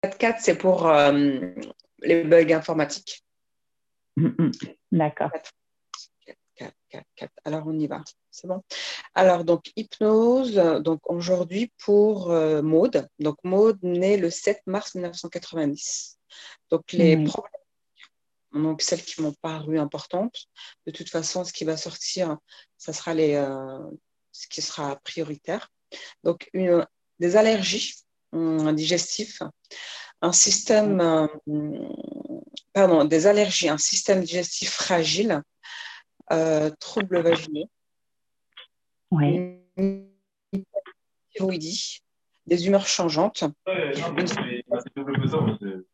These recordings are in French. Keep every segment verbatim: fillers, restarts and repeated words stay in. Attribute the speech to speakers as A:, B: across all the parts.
A: quatre, c'est pour euh, les bugs informatiques.
B: Mm, mm. D'accord.
A: quatre, quatre, quatre, quatre. Alors, on y va. C'est bon. Alors, donc, hypnose, euh, donc aujourd'hui pour euh, Maude. Donc, Maude naît le sept mars mille neuf cent quatre-vingt-dix. Donc, les
B: Oui.
A: problèmes, donc celles qui m'ont paru importantes, de toute façon, ce qui va sortir, ça sera les, euh, ce qui sera prioritaire. Donc, une, des allergies hum, digestives, un système, euh, pardon, des allergies, un système digestif fragile, euh, troubles vaginaux,
B: Oui.
A: une thyroïdie, des humeurs changeantes,
B: Ouais, non, mais
A: une
B: c'est c'est double pesant, mais c'est-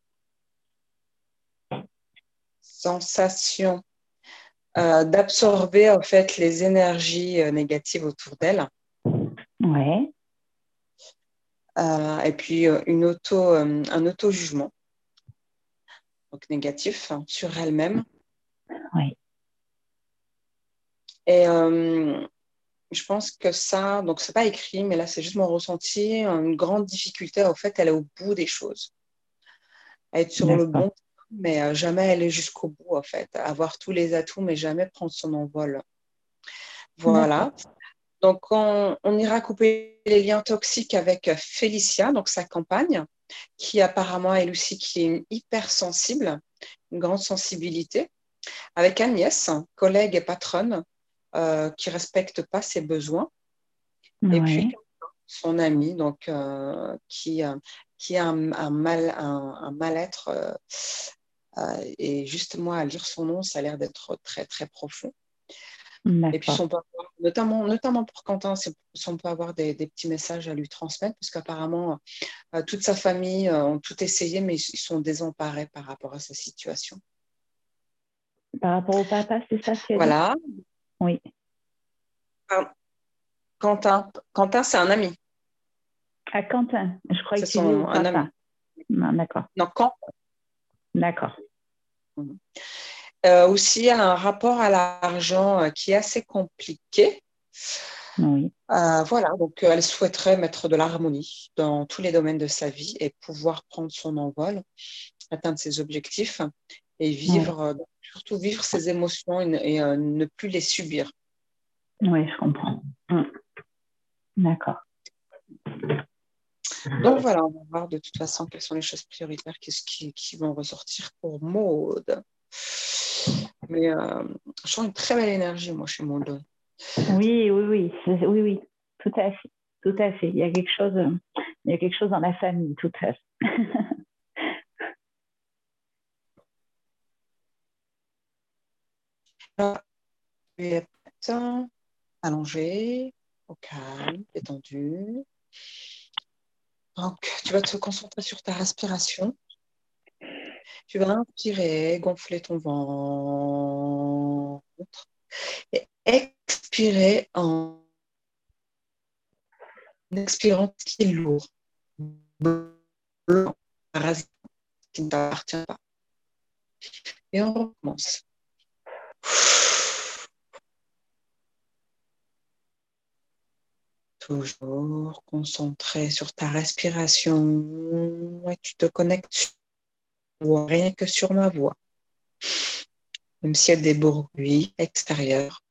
A: sensation euh, d'absorber en fait les énergies euh, négatives autour d'elle,
B: Ouais.
A: euh, et puis euh, une auto, euh, un auto-jugement, donc négatif hein, sur elle-même.
B: Oui.
A: Et euh, je pense que ça, donc c'est pas écrit, mais là c'est juste mon ressenti, une grande difficulté, au fait, elle est au bout des choses, à être sur le
B: D'accord.
A: bon, mais euh, jamais aller jusqu'au bout, en fait, avoir tous les atouts, mais jamais prendre son envol.
B: D'accord.
A: Voilà. Donc, on, on ira couper les liens toxiques avec Félicia, donc sa compagne, qui apparemment, elle aussi, qui est une hypersensible, une grande sensibilité, avec Agnès, collègue et patronne, euh, qui ne respecte pas ses besoins, et puis
B: Oui.
A: son ami, donc, euh, qui, euh, qui a un, un mal, un, un mal-être, euh, euh, et justement, à lire son nom, ça a l'air d'être très, très profond. Et puis, si
B: D'accord.
A: on peut avoir, notamment, notamment pour Quentin, si on peut avoir des, des petits messages à lui transmettre, parce qu'apparemment, euh, toute sa famille euh, ont tout essayé, mais ils sont désemparés par rapport à sa situation.
B: Par rapport au papa, c'est ça, tu as dit?
A: Voilà.
B: Oui.
A: Ah, Quentin, Quentin, c'est un ami.
B: À Quentin. Je croyais
A: C'est
B: que tu disais au
A: son un
B: papa.
A: ami.
B: Non, d'accord.
A: Non, Quentin.
B: D'accord.
A: Euh, aussi, un rapport à l'argent euh, qui est assez compliqué.
B: Oui.
A: Euh, voilà, donc euh, elle souhaiterait mettre de l'harmonie dans tous les domaines de sa vie et pouvoir prendre son envol, atteindre ses objectifs et
B: Oui.
A: vivre, euh, surtout vivre ses émotions et, et, euh, ne plus les subir.
B: Oui, je comprends. Mm. D'accord.
A: Donc voilà, on va voir de toute façon quelles sont les choses prioritaires qui, qui, qui vont ressortir pour Maude. Mais euh, je sens une très belle énergie, moi, chez Maude.
B: Oui, oui, oui. C'est- Oui, oui. Tout à fait. Tout à fait. Il y a quelque chose, euh, il y a quelque chose dans la famille, tout à fait.
A: Là, tu es prête, allongée, au calme, détendue. Donc, tu vas te concentrer sur ta respiration. Tu vas inspirer, gonfler ton ventre et expirer en expirant ce qui est lourd, blanc, parasite, qui ne t'appartient pas. Et on recommence. Toujours concentré sur ta respiration et tu te connectes rien que sur ma voix. Même s'il y a des bruits extérieurs,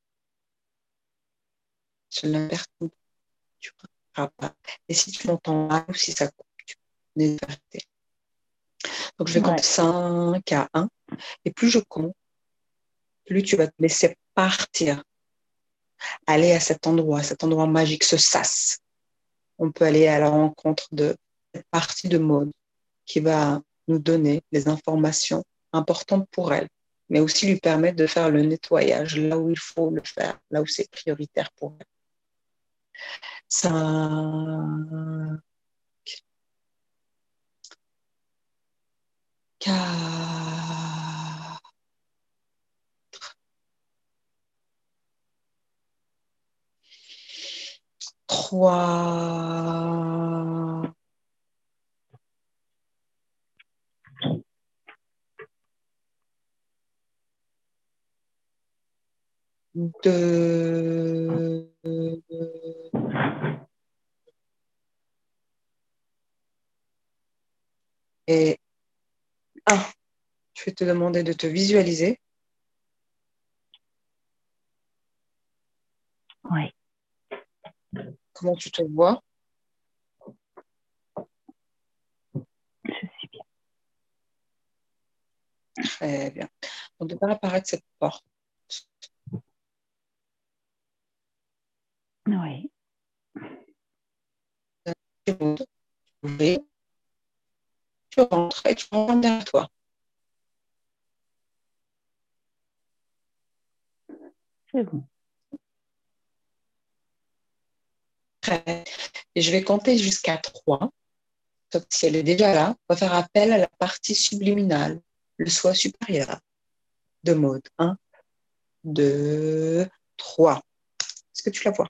A: cela personne tu ne pas. Et si tu m'entends mal ou si ça coupe, tu peux me arrêter. Donc je vais compter
B: Ouais.
A: cinq à un. Et plus je compte, plus tu vas te laisser partir. Aller à cet endroit, cet endroit magique, ce sas. On peut aller à la rencontre de cette partie de Maud qui va nous donner les informations importantes pour elle, mais aussi lui permettre de faire le nettoyage là où il faut le faire, là où c'est prioritaire pour elle. Cinq, quatre, trois, deux, Je vais te demander de te visualiser.
B: Oui.
A: Comment tu te vois?
B: Je suis bien.
A: Très bien. Donc, de faire apparaître cette porte.
B: Oui.
A: Tu montes, tu ouvres, tu rentres et tu rentres derrière toi.
B: C'est bon.
A: Très bien. Et je vais compter jusqu'à trois. Sauf si elle est déjà là, on va faire appel à la partie subliminale, le soi supérieur de Maud. Un, deux, trois. Est-ce que tu la vois?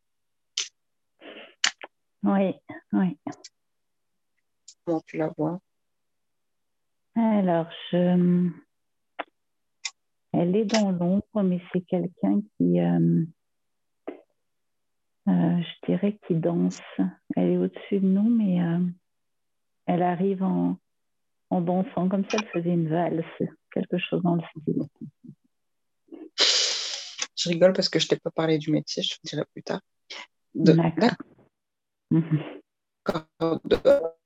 B: Oui, oui.
A: Comment tu la vois?
B: Alors, je... elle est dans l'ombre, mais c'est quelqu'un qui, euh, euh, je dirais, qui danse. Elle est au-dessus de nous, mais euh, elle arrive en, en dansant comme si elle faisait une valse, quelque chose dans le style.
A: Je rigole parce que je ne t'ai pas parlé du métier, je te dirai plus tard. De,
B: D'accord.
A: d'accord. De,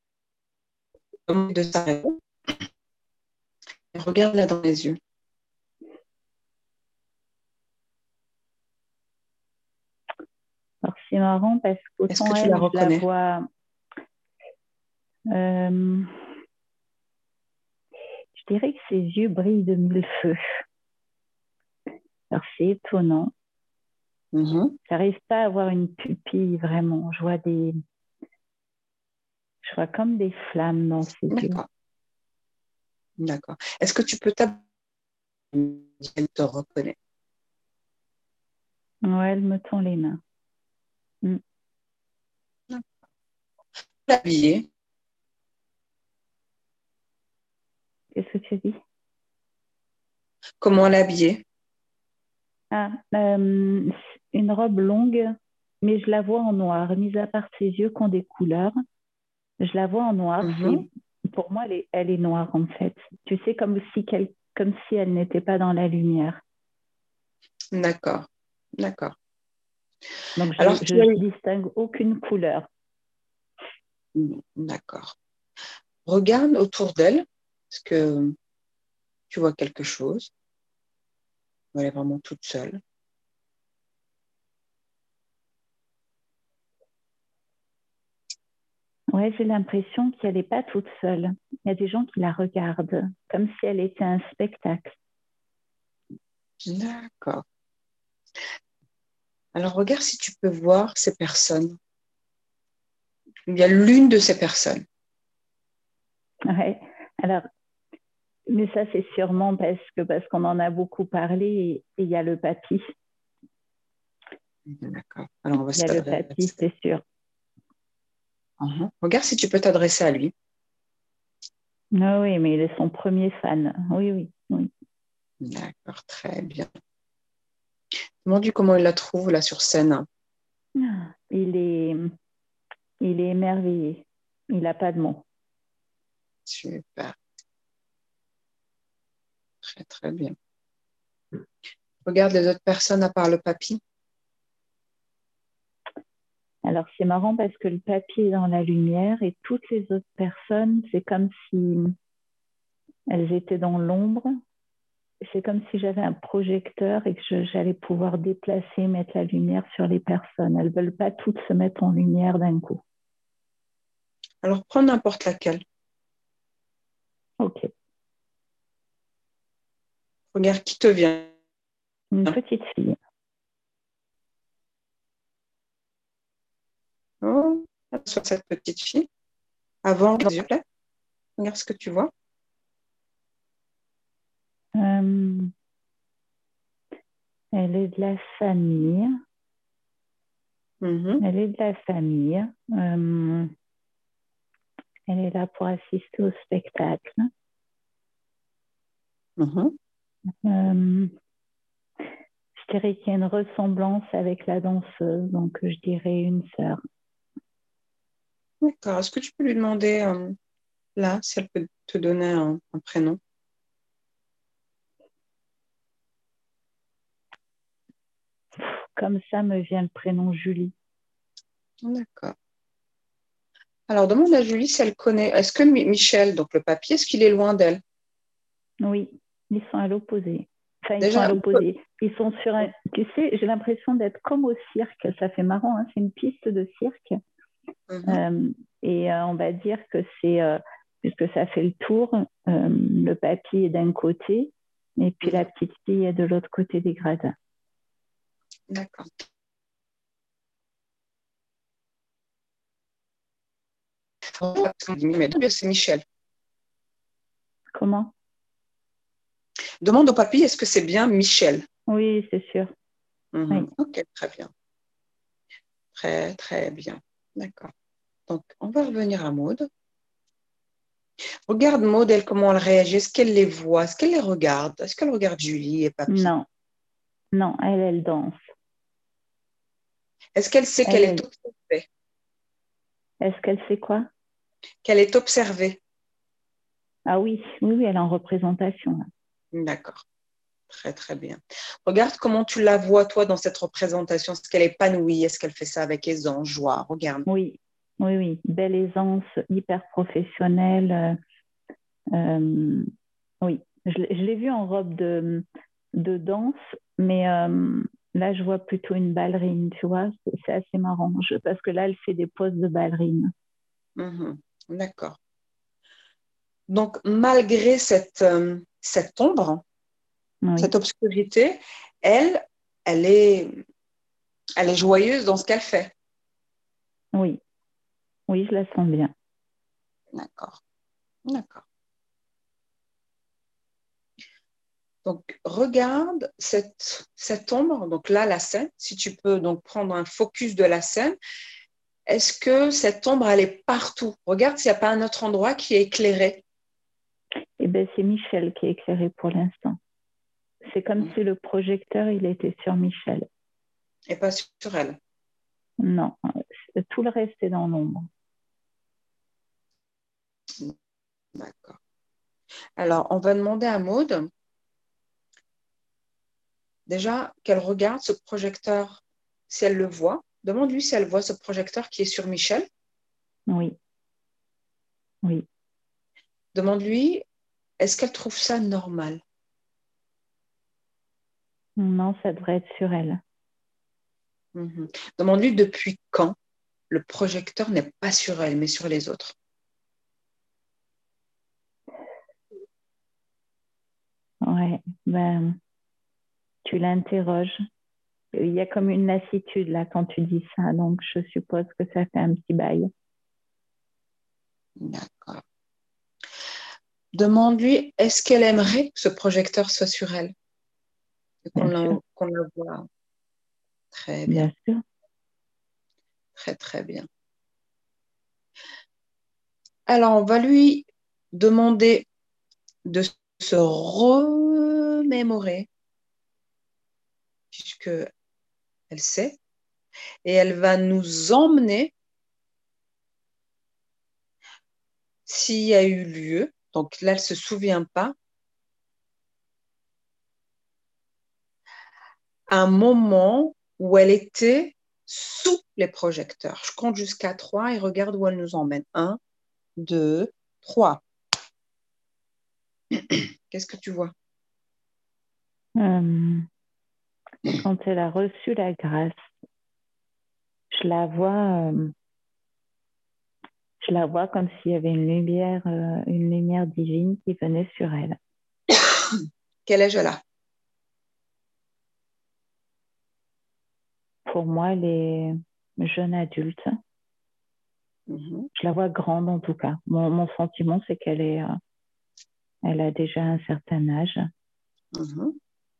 A: de sa réponse. Regarde-la dans les yeux.
B: Alors, c'est marrant parce
A: Est-ce que
B: qu'autant
A: tu la
B: elle, je la
A: reconnais?
B: vois... Euh, je dirais que ses yeux brillent de mille feux. Alors, c'est étonnant.
A: Mm-hmm.
B: J'arrive pas à avoir une pupille vraiment. Je vois des... Je vois comme des flammes dans ses yeux.
A: D'accord. D'accord. Est-ce que tu peux t'abonner? Elle te reconnaît.
B: Ouais, elle me tend les mains. Mm.
A: L'habiller.
B: Qu'est-ce que tu dis?
A: Comment l'habiller?
B: Ah, euh, une robe longue, mais je la vois en noir. Mis à part ses yeux qui ont des couleurs, je la vois en noir.
A: Mm-hmm.
B: C'est, pour moi, elle est, elle est noire en fait. Tu sais, comme si, quel, comme si elle n'était pas dans la lumière.
A: D'accord. D'accord.
B: Donc, je,
A: Alors, tu as
B: je
A: eu.
B: distingue aucune couleur.
A: D'accord. Regarde autour d'elle. Est-ce que tu vois quelque chose? Elle est vraiment toute seule.
B: Ouais, j'ai l'impression qu'elle n'est pas toute seule. Il y a des gens qui la regardent, comme si elle était un spectacle.
A: D'accord. Alors, regarde si tu peux voir ces personnes. Il y a l'une de ces personnes.
B: Ouais. Alors, mais ça, c'est sûrement parce que parce qu'on en a beaucoup parlé et il y a le papy.
A: D'accord. Alors, on va
B: Il y a le papy,
A: s'adresser.
B: c'est sûr.
A: Uh-huh. Regarde si tu peux t'adresser à lui.
B: Ah oui, mais il est son premier fan. Oui, oui, oui.
A: D'accord, très bien. Demande-lui comment il la trouve là sur scène.
B: Il est, il est émerveillé. Il n'a pas de mots.
A: Super, très très bien. Regarde les autres personnes à part le papy.
B: Alors, c'est marrant parce que le papy est dans la lumière et toutes les autres personnes, c'est comme si elles étaient dans l'ombre. C'est comme si j'avais un projecteur et que je, j'allais pouvoir déplacer, mettre la lumière sur les personnes. Elles ne veulent pas toutes se mettre en lumière d'un coup.
A: Alors prends n'importe laquelle.
B: OK.
A: Regarde qui te vient.
B: Une petite fille.
A: Oh, sur cette petite fille. Avant, s'il vous plaît. Regarde ce que tu vois.
B: Euh, elle est de la famille.
A: Mm-hmm.
B: Elle est de la famille. Euh, elle est là pour assister au spectacle.
A: Mm-hmm.
B: Euh, je dirais qu'il y a une ressemblance avec la danseuse, donc je dirais une sœur.
A: D'accord. Est-ce que tu peux lui demander euh, là si elle peut te donner un, un prénom?
B: comme ça me vient le prénom Julie.
A: D'accord. Alors, demande à Julie si elle connaît. Est-ce que Michel, donc le papier, est-ce qu'il est loin d'elle?
B: Oui, ils sont à l'opposé. Enfin, ils sont à
A: Déjà,
B: l'opposé. Ils sont sur un... Tu sais, j'ai l'impression d'être comme au cirque. Ça fait marrant, hein, c'est une piste de cirque.
A: mm-hmm.
B: Euh, et euh, on va dire que c'est, euh, puisque ça fait le tour, euh, le papy est d'un côté et puis mm-hmm. la petite fille est de l'autre côté des gradins.
A: D'accord. Mais c'est Michel.
B: Comment?
A: Demande au papy, est-ce que c'est bien Michel?
B: Oui, c'est sûr.
A: Mm-hmm.
B: Oui.
A: Ok, très bien. Très, très bien. D'accord. Donc, on va revenir à Maud. Regarde Maud, elle, comment elle réagit. Est-ce qu'elle les voit? Est-ce qu'elle les regarde? Est-ce qu'elle regarde Julie et papy?
B: Non. Non, elle, elle danse.
A: Est-ce qu'elle sait qu'elle est observée?
B: Est-ce qu'elle sait quoi?
A: Qu'elle est observée.
B: Ah oui, oui, oui, elle est en représentation.
A: D'accord. Très, très bien. Regarde comment tu la vois, toi, dans cette représentation. Est-ce qu'elle est épanouie? Est-ce qu'elle fait ça avec aisance, joie? Regarde.
B: Oui, oui, oui. Belle aisance, hyper professionnelle. Euh, oui, je, je l'ai vue en robe de, de danse, mais euh, là, je vois plutôt une ballerine, tu vois. C'est, c'est assez marrant, je, parce que là, elle fait des poses de ballerine.
A: Mm-hmm. D'accord. Donc, malgré cette, euh, cette ombre, oui. cette obscurité, elle, elle est, elle est joyeuse dans ce qu'elle fait.
B: Oui, oui, je la sens bien.
A: D'accord, d'accord. Donc, regarde cette, cette ombre, donc là, la scène, si tu peux donc prendre un focus de la scène, est-ce que cette ombre, elle est partout? Regarde s'il n'y a pas un autre endroit qui est éclairé.
B: Eh bien, c'est Michel qui est éclairé pour l'instant. C'est comme mmh. si le projecteur, il était sur Michel.
A: Et pas sur elle?
B: Non, tout le reste est dans l'ombre.
A: D'accord. Alors, on va demander à Maud, déjà, qu'elle regarde ce projecteur, si elle le voit. Demande-lui si elle voit ce projecteur qui est sur Michel.
B: Oui. Oui.
A: Demande-lui, est-ce qu'elle trouve ça normal?
B: Non, ça devrait être sur elle.
A: Mm-hmm. Demande-lui depuis quand le projecteur n'est pas sur elle, mais sur les autres.
B: Ouais, ben, tu l'interroges. Il y a comme une lassitude là quand tu dis ça, donc je suppose que ça fait un petit bail.
A: D'accord. Demande-lui, est-ce qu'elle aimerait que ce projecteur soit sur elle? Qu'on la, qu'on la voit. Très bien.
B: Bien sûr.
A: Très, très bien. Alors, on va lui demander de se remémorer, puisque elle sait, et elle va nous emmener s'il y a eu lieu. Donc là, elle ne se souvient pas. Un moment où elle était sous les projecteurs. Je compte jusqu'à trois et regarde où elle nous emmène. Un, deux, trois. Qu'est-ce que tu vois?
B: Euh, quand elle a reçu la grâce, je la vois, euh, je la vois comme s'il y avait une lumière, euh, une lumière divine qui venait sur elle.
A: Quel âge elle a?
B: Pour moi, elle est jeune adulte.
A: Mm-hmm.
B: Je la vois grande en tout cas. Mon, mon sentiment, c'est qu'elle est, euh, elle a déjà un certain âge.
A: Mm-hmm.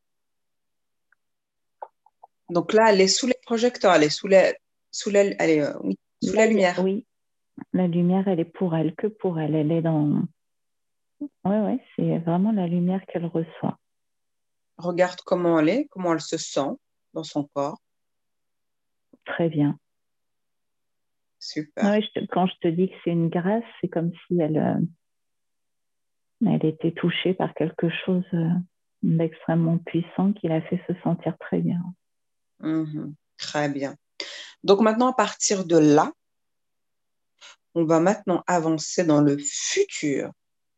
A: Donc là, elle est sous les projecteurs, elle est sous la, sous la, elle est, euh, oui, sous
B: Là,
A: la lumière.
B: A, oui, la lumière, elle est pour elle, que pour elle. Elle est dans... Oui, oui, c'est vraiment la lumière qu'elle reçoit.
A: Regarde comment elle est, comment elle se sent dans son corps.
B: Très bien.
A: Super.
B: Oui, je te, quand je te dis que c'est une grâce, c'est comme si elle, euh, elle était touchée par quelque chose euh, d'extrêmement puissant qui l'a fait se sentir très bien.
A: Mhm. Très bien. Donc maintenant, à partir de là, on va maintenant avancer dans le futur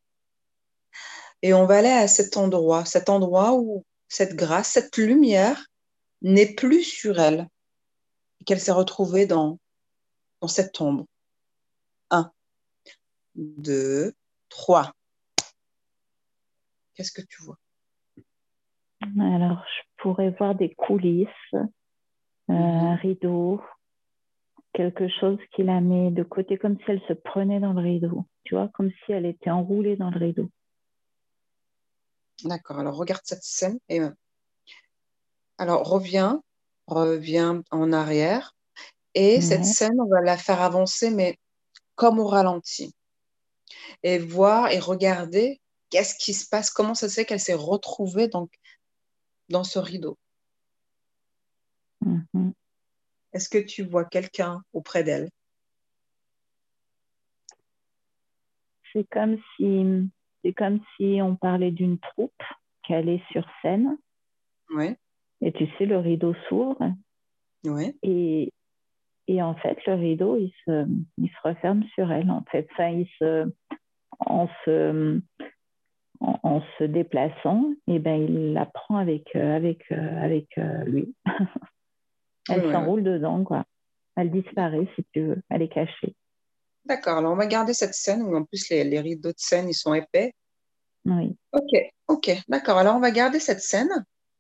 A: et on va aller à cet endroit, cet endroit où cette grâce, cette lumière n'est plus sur elle et qu'elle s'est retrouvée dans, dans cette ombre. Un, deux, trois. Qu'est-ce que tu vois?
B: Alors, je pourrais voir des coulisses, euh, un
A: Mhm.
B: rideau, quelque chose qui la met de côté, comme si elle se prenait dans le rideau, tu vois, comme si elle était enroulée dans le rideau.
A: D'accord, alors regarde cette scène et euh, alors reviens, reviens en arrière et cette
B: Ouais.
A: scène, on va la faire avancer, mais comme au ralenti et voir et regarder qu'est-ce qui se passe, comment ça se fait qu'elle s'est retrouvée donc dans ce rideau.
B: Mhm.
A: Est-ce que tu vois quelqu'un auprès d'elle?
B: C'est comme si, c'est comme si on parlait d'une troupe qu'elle est sur scène,
A: Oui,
B: et tu sais, le rideau s'ouvre,
A: oui.
B: et, et en fait, le rideau, il se, il se referme sur elle, en fait. Enfin, il se, en se, en, en se déplaçant, et ben, il la prend avec, euh, avec, euh, avec euh, lui.
A: Oui,
B: Elle
A: oui, oui.
B: s'enroule dedans, quoi. Elle disparaît, si tu veux. Elle est cachée.
A: D'accord, alors on va garder cette scène où en plus les, les rideaux de scène, ils sont épais.
B: Oui.
A: Ok, ok, d'accord. Alors on va garder cette scène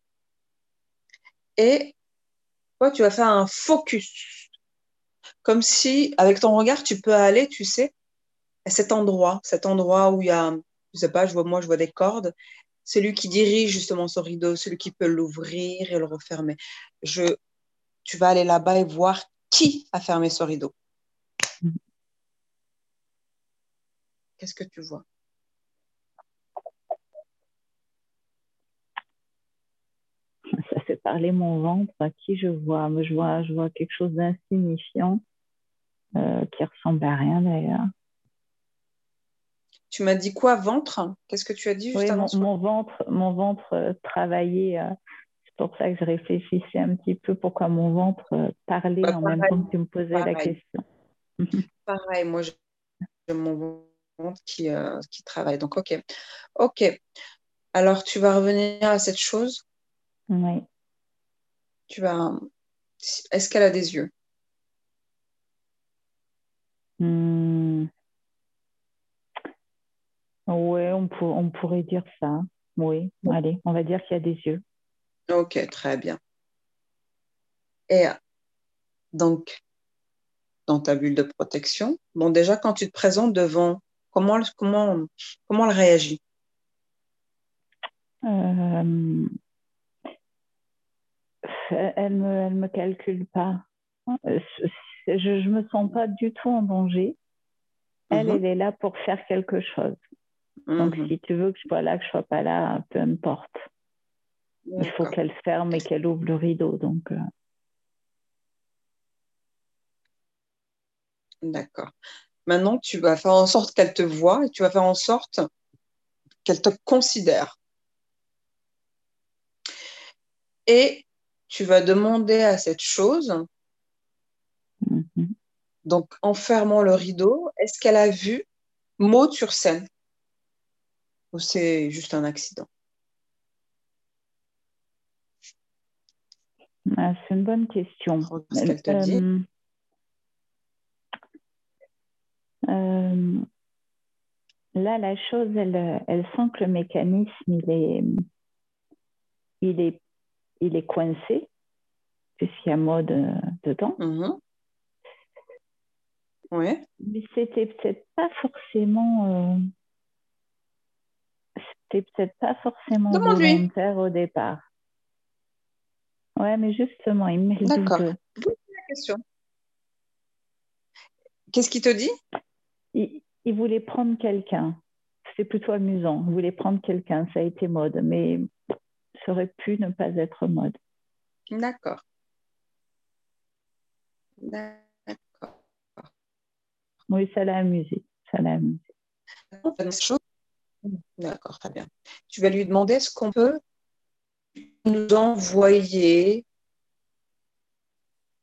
A: et toi, tu vas faire un focus. Comme si, avec ton regard, tu peux aller, tu sais, à cet endroit, cet endroit où il y a, je sais pas, je vois, moi, je vois des cordes. Celui qui dirige justement ce rideau, celui qui peut l'ouvrir et le refermer. Je, tu vas aller là-bas et voir qui a fermé ce rideau. Qu'est-ce que tu vois?
B: Ça fait parler mon ventre. À qui je vois? Je vois, je vois quelque chose d'insignifiant, euh, qui ressemble à rien d'ailleurs.
A: Tu m'as dit quoi, ventre? Qu'est-ce que tu as dit juste
B: Oui,
A: avant
B: mon,
A: ce
B: mon ventre, mon ventre euh, travaillait. Euh, c'est pour ça que je réfléchissais un petit peu pourquoi mon ventre euh, parlait
A: bah,
B: en même temps
A: pareil,
B: que tu me posais la
A: pareil,
B: question.
A: pareil. Moi, j'ai mon ventre qui, euh, qui travaille. Donc, ok. Ok. Alors, tu vas revenir à cette chose.
B: Oui.
A: Tu vas. Est-ce qu'elle a des yeux?
B: Hmm. Ouais, on, pour, on pourrait dire ça. Oui, allez, on va dire qu'il y a des yeux.
A: Ok, très bien. Et euh, donc, dans ta bulle de protection, bon, déjà, quand tu te présentes devant, comment, comment, comment elle réagit?
B: Euh, elle me, elle me calcule pas. Euh, Je, je me sens pas du tout en danger. Elle,
A: Mhm,
B: elle est là pour faire quelque chose. Donc,
A: mhm.
B: si tu veux que je sois là, que je sois pas là, peu importe. Il faut
A: D'accord,
B: qu'elle ferme et qu'elle ouvre le rideau. Donc, euh,
A: d'accord. Maintenant, tu vas faire en sorte qu'elle te voie et tu vas faire en sorte qu'elle te considère. Et tu vas demander à cette chose,
B: mm-hmm.
A: donc en fermant le rideau, est-ce qu'elle a vu Maud sur scène ou c'est juste un accident?
B: Ah, c'est une bonne question.
A: Regarde ce
B: Euh,
A: qu'elle te dit.
B: euh, euh, là, la chose, elle, elle sent que le mécanisme, il est, il est, il est coincé, puisqu'il y a mode euh, dedans.
A: Mhm. Oui.
B: Mais c'était peut-être pas forcément, euh, c'était peut-être pas forcément
A: Demande-lui.
B: volontaire au départ. Ouais, mais justement, il me met le
A: D'accord.
B: doute.
A: Pose la question. Qu'est-ce qu'il te dit?
B: Il, il voulait prendre quelqu'un. C'est plutôt amusant. Il voulait prendre quelqu'un. Ça a été mode, mais ça aurait pu ne pas être mode.
A: D'accord. D'accord.
B: Oui, ça l'a amusé. Ça l'a amusé.
A: D'accord, très bien. Tu vas lui demander est-ce qu'on peut nous envoyer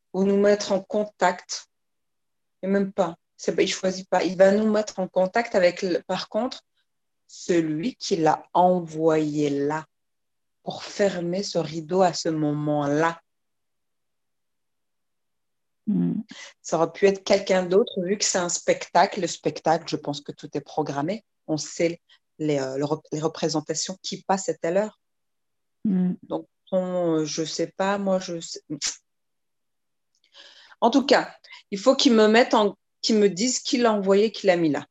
A: ou nous mettre en contact, et même pas, c'est pas, il choisit pas, il va nous mettre en contact avec, le, par contre, celui qui l'a envoyé là pour fermer ce rideau à ce moment-là.
B: Mm.
A: Ça aurait pu être quelqu'un d'autre, vu que c'est un spectacle. Le spectacle, je pense que tout est programmé. On sait les, euh, les représentations qui passent à telle heure.
B: Mm.
A: Donc, on, je sais pas, moi, je sais. En tout cas, il faut qu'ils me mettent en, qu'ils me disent qui l'a envoyé, qui l'a mis là.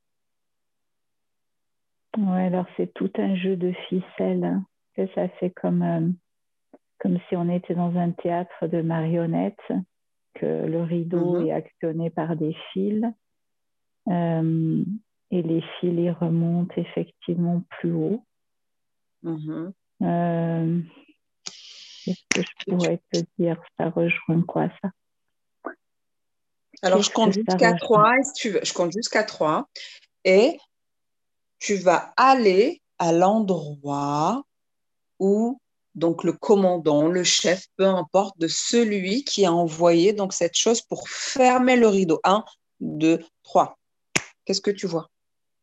B: Ouais, alors c'est tout un jeu de ficelles. Ça, ça fait comme, euh, comme si on était dans un théâtre de marionnettes, que le rideau
A: Mm-hmm.
B: est actionné par des fils. Euh, et les fils ils remontent effectivement plus haut.
A: Mm-hmm.
B: Euh, Qu'est-ce que je pourrais te dire? Ça rejoint quoi, ça?
A: Alors, je
B: Qu'est-ce que
A: compte
B: ça
A: jusqu'à
B: rejoint?
A: trois, et si tu veux, je compte jusqu'à trois, et tu vas aller à l'endroit où donc le commandant, le chef, peu importe, de celui qui a envoyé donc cette chose pour fermer le rideau. Un, deux, trois. Qu'est-ce que tu vois?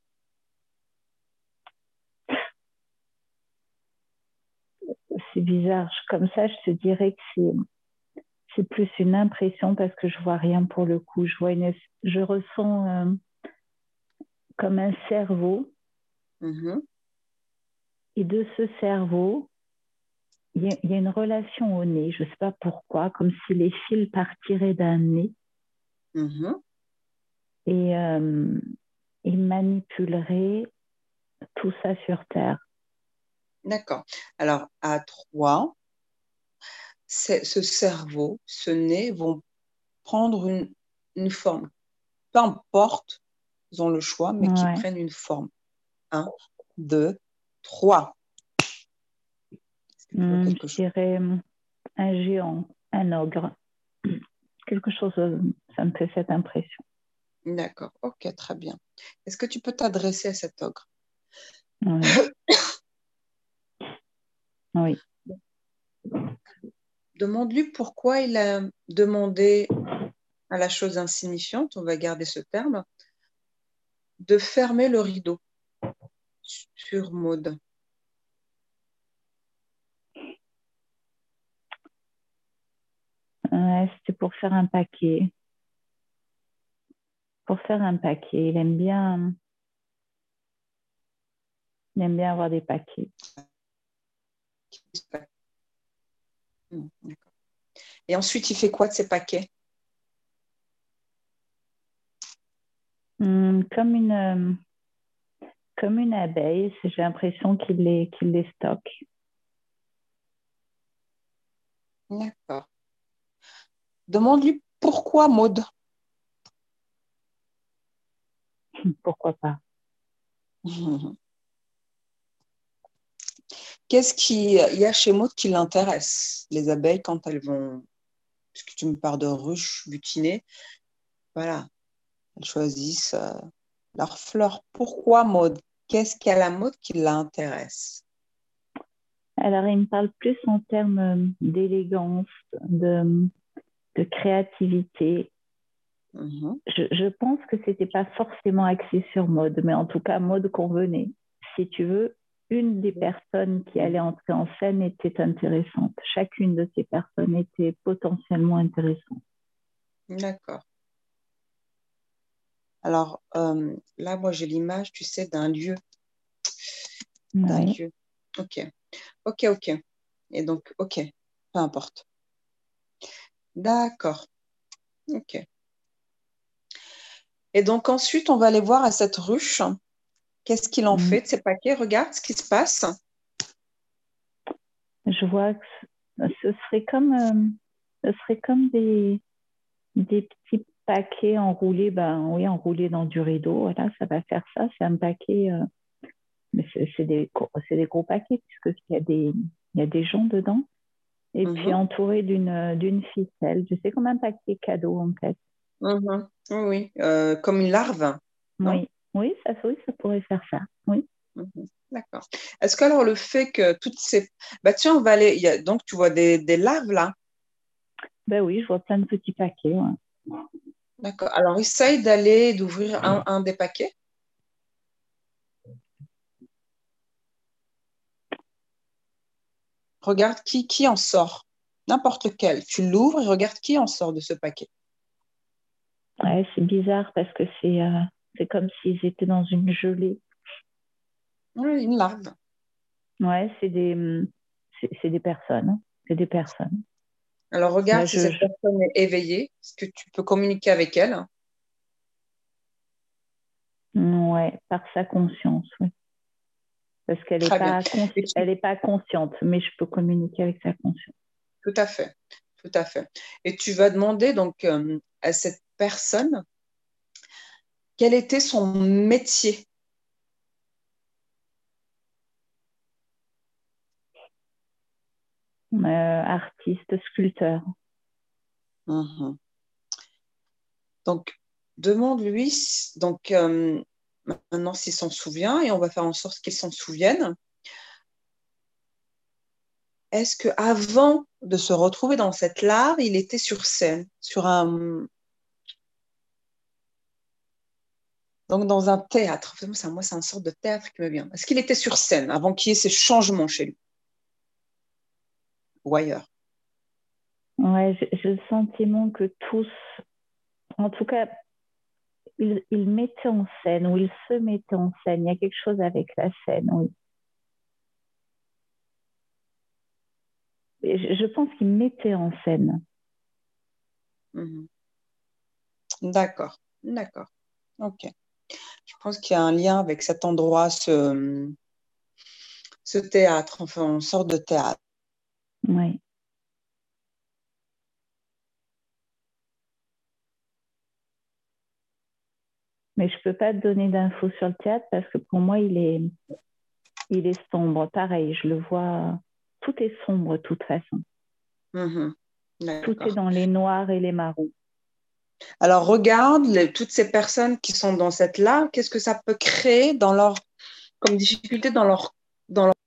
B: C'est bizarre. Comme ça, je te dirais que c'est c'est plus une impression parce que je vois rien pour le coup. Je vois une, je ressens euh, comme un cerveau,
A: Mm-hmm.
B: et de ce cerveau, il y, y, a une relation au nez. Je ne sais pas pourquoi, comme si les fils partiraient d'un nez
A: Mm-hmm.
B: et euh, ils manipuleraient tout ça sur Terre.
A: D'accord. Alors, à trois, ce cerveau, ce nez vont prendre une, une forme. Peu importe, ils ont le choix, mais qui
B: Ouais.
A: prennent une forme. Un, deux, trois. Est-ce que tu vois
B: Hum,
A: quelque
B: je
A: chose?
B: dirais un géant, un ogre. Quelque chose, ça me fait cette impression.
A: D'accord. Ok, très bien. Est-ce que tu peux t'adresser à cet ogre?
B: Oui. Oui.
A: Demande-lui pourquoi il a demandé à la chose insignifiante, on va garder ce terme, de fermer le rideau sur Maud.
B: Ouais, c'était pour faire un paquet. Pour faire un paquet. Il aime bien, il aime bien avoir des paquets.
A: Et ensuite, il fait quoi de ces paquets?
B: Hum, comme une, euh, comme une abeille, j'ai l'impression qu'il les, qu'il les stocke.
A: D'accord. Demande-lui pourquoi Maud.
B: Pourquoi pas?
A: Qu'est-ce qu'il y a chez Maud qui l'intéresse? Les abeilles, quand elles vont, puisque tu me parles de ruches butinées, voilà, elles choisissent euh, leurs fleurs. Pourquoi Maud? Qu'est-ce qu'il y a à la Maud qui l'intéresse?
B: Alors, il me parle plus en termes euh, d'élégance, de, de créativité.
A: Mm-hmm.
B: Je, je pense que c'était pas forcément axé sur mode, mais en tout cas, mode convenait. Si tu veux, une des personnes qui allait entrer en scène était intéressante. Chacune de ces personnes était potentiellement intéressante.
A: D'accord. Alors euh, là, moi, j'ai l'image, tu sais, d'un lieu, d'un
B: Oui.
A: lieu. Ok, ok, ok. Et donc, ok, peu importe. D'accord, ok. Et donc ensuite, on va aller voir à cette ruche. Qu'est-ce qu'il en
B: Mm.
A: fait de ces paquets? Regarde ce qui se passe.
B: Je vois que ce serait comme, euh, ce serait comme des, des petits paquets enroulés, ben oui, enroulés dans du rideau. Voilà, ça va faire ça. C'est un paquet, euh, mais c'est c'est des, c'est des gros paquets puisqu'il y a des, il y a des gens dedans. Et puis
A: Mhm,
B: entouré d'une d'une ficelle. Je sais comme un paquet cadeau en fait.
A: mhm. Oui, oui. Euh, comme une larve, non?
B: Oui, oui, ça, oui, ça pourrait faire ça. Oui.
A: Mhm. D'accord. Est-ce que alors le fait que toutes ces... Bah tiens, on va aller... il y a... Donc, tu vois des, des larves là.
B: Ben oui, je vois plein de petits paquets. Ouais.
A: D'accord. Alors, essaye d'aller, d'ouvrir un, un des paquets. Regarde qui, qui en sort. N'importe lequel. Tu l'ouvres et regarde qui en sort de ce paquet.
B: Ouais, c'est bizarre parce que c'est euh, c'est comme s'ils étaient dans une gelée.
A: Oui, une larve.
B: Ouais, c'est des, hum, c'est c'est des personnes. C'est des personnes.
A: Alors,
B: Là,
A: regarde si
B: je,
A: cette
B: je-
A: personne est éveillée. Est-ce que tu peux communiquer avec elle?
B: ouais, par sa conscience, oui. Parce qu'elle n'est
A: Très bien.
B: pas,
A: Et
B: consci-
A: tu-
B: elle est pas consciente, mais je peux communiquer avec sa conscience.
A: Tout à fait. Tout à fait. Et tu vas demander donc euh, à cette personne quel était son métier.
B: Euh, artiste, sculpteur.
A: Mhm. Donc, demande-lui, donc euh, maintenant s'il s'en souvient, et on va faire en sorte qu'il s'en souvienne. Est-ce que avant de se retrouver dans cette larve, il était sur scène, sur un, donc dans un théâtre? C'est- Moi, c'est une sorte de théâtre qui me vient. Est-ce qu'il était sur scène avant qu'il y ait ces changements chez lui ou ailleurs?
B: Ouais, j'ai j'ai le sentiment que tous, en tout cas, ils, ils mettaient en scène ou ils se mettaient en scène. Il y a quelque chose avec la scène, oui. Et je, je pense qu'ils mettaient en scène.
A: Mhm. D'accord, d'accord. Ok. Je pense qu'il y a un lien avec cet endroit, ce, ce théâtre, enfin, une sorte de théâtre.
B: Oui. Mais je peux pas te donner d'infos sur le théâtre parce que pour moi, il est, il est sombre. Pareil, je le vois. Tout est sombre de toute façon.
A: Mhm.
B: Tout est
A: D'accord.
B: dans les noirs et les marrons.
A: Alors, regarde les- toutes ces personnes qui sont dans cette larve, qu'est-ce que ça peut créer dans leur, comme difficulté dans leur, dans leur...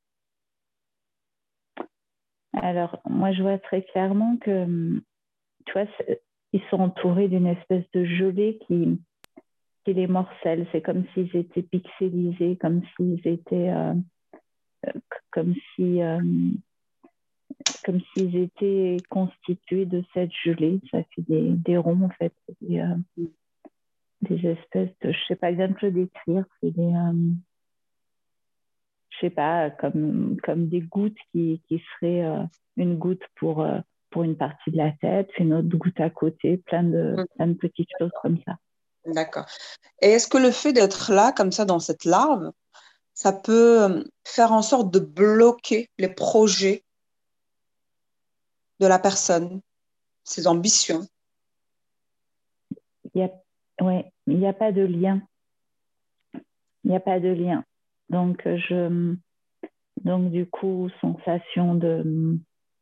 B: Alors, moi, je vois très clairement que, tu vois, ils sont entourés d'une espèce de gelée qui, qui les morcelle. C'est comme s'ils étaient pixelisés, comme s'ils étaient, euh, comme si, euh, comme s'ils étaient constitués de cette gelée. Ça fait des, des ronds, en fait, des, euh, des espèces de, je sais pas bien te le décrire, c'est des, euh, je sais pas, comme, comme des gouttes qui, qui seraient euh, une goutte pour, euh, pour une partie de la tête, une autre goutte à côté, plein de, plein de petites choses comme ça.
A: D'accord. Et est-ce que le fait d'être là, comme ça, dans cette larve, ça peut euh, faire en sorte de bloquer les projets de la personne, ses ambitions?
B: Il y a, ouais, il n'y a pas de lien. Il n'y a pas de lien. Donc, je, donc, du coup, sensation de,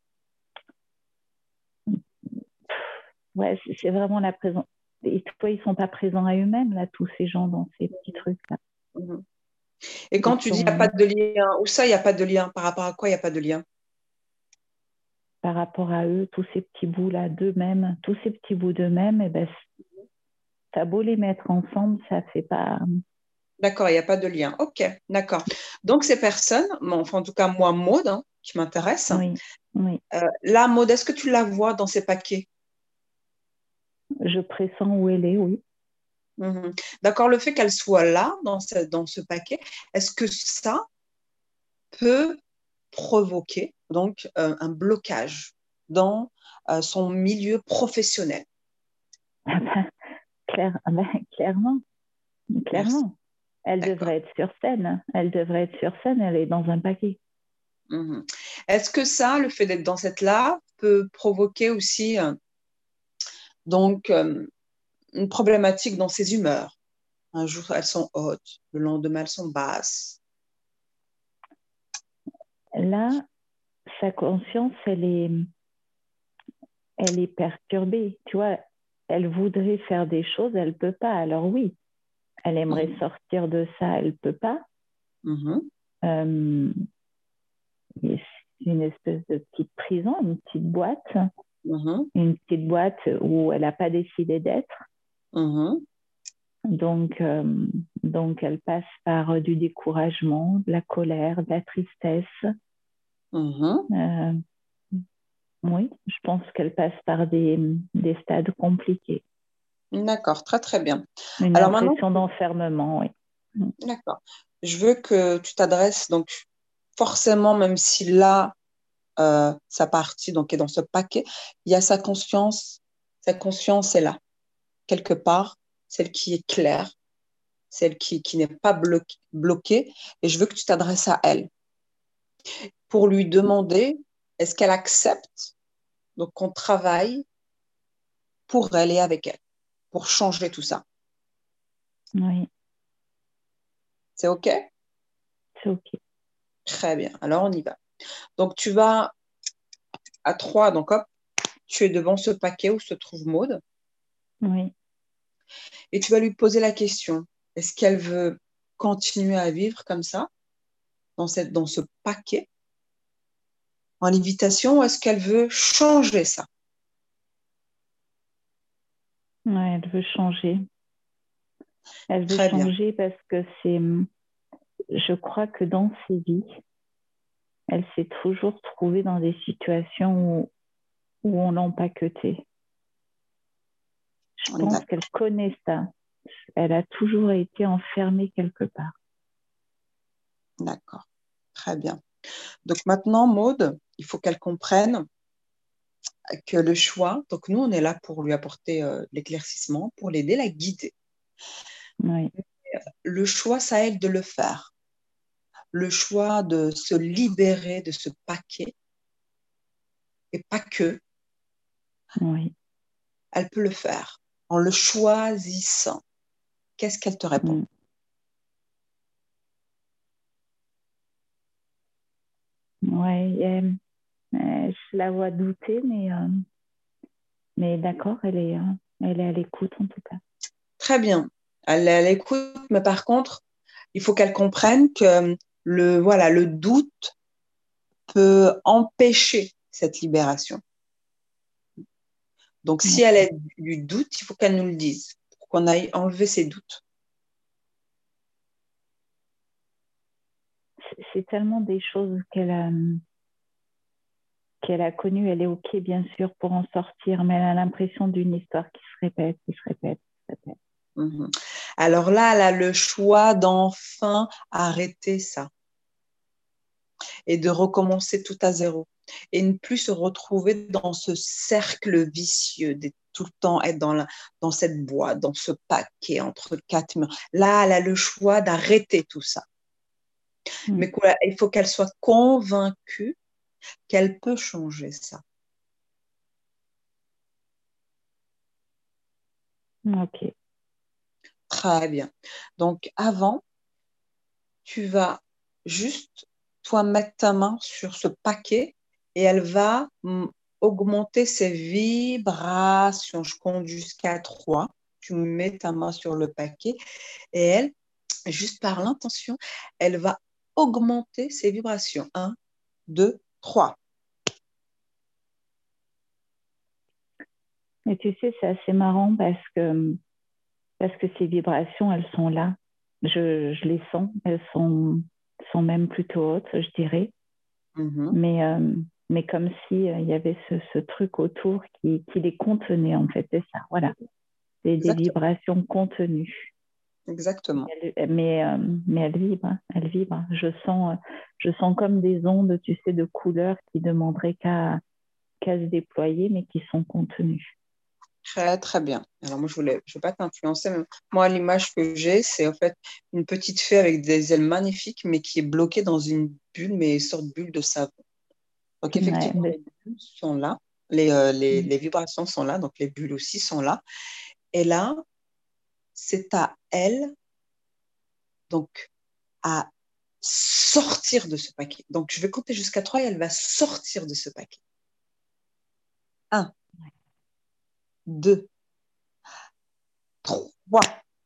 B: ouais, c'est vraiment la présence. Et toi, ils ne sont pas présents à eux-mêmes, là, tous ces gens dans ces petits trucs-là.
A: Mhm. Et
B: Ils
A: quand tu dis il n'y a pas
B: sont,
A: de lien, où ça, il n'y a pas de lien? Par rapport à quoi il n'y a pas de lien?
B: par rapport à eux, tous ces petits bouts-là d'eux-mêmes, tous ces petits bouts d'eux-mêmes, et ben, t'as beau les mettre ensemble, ça ne fait pas.
A: D'accord, il n'y a pas de lien. OK, d'accord. Donc, ces personnes, bon, enfin, en tout cas, moi, Maud, hein, qui m'intéresse,
B: Oui, oui.
A: euh, là, Maud, est-ce que tu la vois dans ces paquets?
B: Je pressens où elle est, oui.
A: Mhm. D'accord, le fait qu'elle soit là, dans ce, dans ce paquet, est-ce que ça peut provoquer donc euh, un blocage dans euh, son milieu professionnel?
B: Ah ben, clair, ah ben, clairement,
A: Merci.
B: clairement. Elle
A: D'accord.
B: devrait être sur scène. Elle devrait être sur scène, elle est dans un paquet.
A: Mhm. Est-ce que ça, le fait d'être dans cette là, peut provoquer aussi euh, donc euh, une problématique dans ses humeurs? Un jour, elles sont hautes, le lendemain, elles sont basses.
B: Là, sa conscience, elle est, elle est perturbée. Tu vois, elle voudrait faire des choses, elle ne peut pas. Alors oui, elle aimerait
A: Mhm.
B: sortir de ça, elle ne peut pas.
A: Mhm.
B: Euh, c'est une espèce de petite prison, une petite boîte.
A: Mhm.
B: une petite boîte où elle n'a pas décidé d'être.
A: Mhm.
B: Donc, euh, donc, elle passe par du découragement, de la colère, de la tristesse.
A: Mhm.
B: Euh, oui, je pense qu'elle passe par des, des stades compliqués.
A: D'accord, très très bien.
B: Une
A: Alors maintenant,
B: impression d'enfermement, oui.
A: d'accord. Je veux que tu t'adresses donc forcément, même si là, euh, sa partie donc est dans ce paquet, il y a sa conscience. Sa conscience est là, quelque part, celle qui est claire, celle qui, qui n'est pas bloquée, bloquée. Et je veux que tu t'adresses à elle pour lui demander est-ce qu'elle accepte donc qu'on travaille pour elle et avec elle, pour changer tout ça.
B: Oui,
A: C'est OK?
B: c'est OK.
A: Très bien. Alors, on y va. Donc, tu vas à trois, donc hop, tu es devant ce paquet où se trouve Maude
B: Oui,
A: et tu vas lui poser la question. Est-ce qu'elle veut continuer à vivre comme ça, dans, cette, dans ce paquet, en lévitation, ou est-ce qu'elle veut changer ça?
B: ouais, elle veut changer. Elle veut
A: Très bien.
B: changer parce que c'est, je crois que dans ses vies, elle s'est toujours trouvée dans des situations où, où on l'empaquetait. Je pense
A: D'ac-
B: qu'elle connaît ça. Elle a toujours été enfermée quelque part.
A: D'accord. Très bien. Donc maintenant, Maude, il faut qu'elle comprenne que le choix, donc nous, on est là pour lui apporter euh, l'éclaircissement, pour l'aider, la guider.
B: Oui,
A: Le choix, ça aide de le faire. Le choix de se libérer de ce paquet, et pas que,
B: oui.
A: elle peut le faire en le choisissant. Qu'est-ce qu'elle te répond?
B: Mm. Ouais, euh, euh, je la vois douter, mais, euh, mais d'accord, elle est, euh, elle est à l'écoute en tout cas.
A: Très bien. Elle est à l'écoute, mais par contre, il faut qu'elle comprenne que le, voilà, le doute peut empêcher cette libération. Donc, si elle a
B: D'accord.
A: du doute, il faut qu'elle nous le dise, pour qu'on aille enlever ses doutes.
B: C'est c'est tellement des choses qu'elle a, qu'elle a connues. Elle est OK, bien sûr, pour en sortir, mais elle a l'impression d'une histoire qui se répète, qui se répète, qui se répète.
A: Mhm. Alors là, elle a le choix d'enfin arrêter ça et de recommencer tout à zéro et ne plus se retrouver dans ce cercle vicieux, d'être tout le temps être dans, la, dans cette boîte, dans ce paquet entre quatre murs. Là, elle a le choix d'arrêter tout ça.
B: Mm.
A: Mais quoi, il faut qu'elle soit convaincue qu'elle peut changer ça.
B: OK.
A: Très bien. Donc, avant, tu vas juste, toi, mettre ta main sur ce paquet et elle va mm, augmenter ses vibrations. Je compte jusqu'à trois. Tu mets ta main sur le paquet et elle, juste par l'intention, elle va augmenter ses vibrations. Un, deux, trois.
B: Et tu sais, c'est assez marrant parce que, parce que ces vibrations, elles sont là. Je, je les sens. Elles sont, sont même plutôt hautes, je dirais.
A: Mhm.
B: Mais, euh, mais comme si euh, il y avait ce, ce truc autour qui, qui les contenait, en fait. C'est ça, voilà. C'est des
A: Exactement.
B: vibrations contenues.
A: Exactement.
B: Elle- mais, euh, mais elle vibre, hein, elle vibre. Je sens, euh, je sens comme des ondes, tu sais, de couleurs qui demanderaient qu'à qu'à se déployer, mais qui sont contenues.
A: Très, très bien. Alors, moi, je voulais, je ne veux pas t'influencer, mais moi, l'image que j'ai, c'est en fait une petite fée avec des ailes magnifiques, mais qui est bloquée dans une bulle, mais une sorte de bulle de savon. Donc,
B: Ouais,
A: effectivement,
B: mais-
A: les bulles sont là, les, euh, les, les vibrations sont là, donc les bulles aussi sont là. Et là, c'est à elle, donc, à sortir de ce paquet. Donc, je vais compter jusqu'à trois et elle va sortir de ce paquet. Un, deux, trois.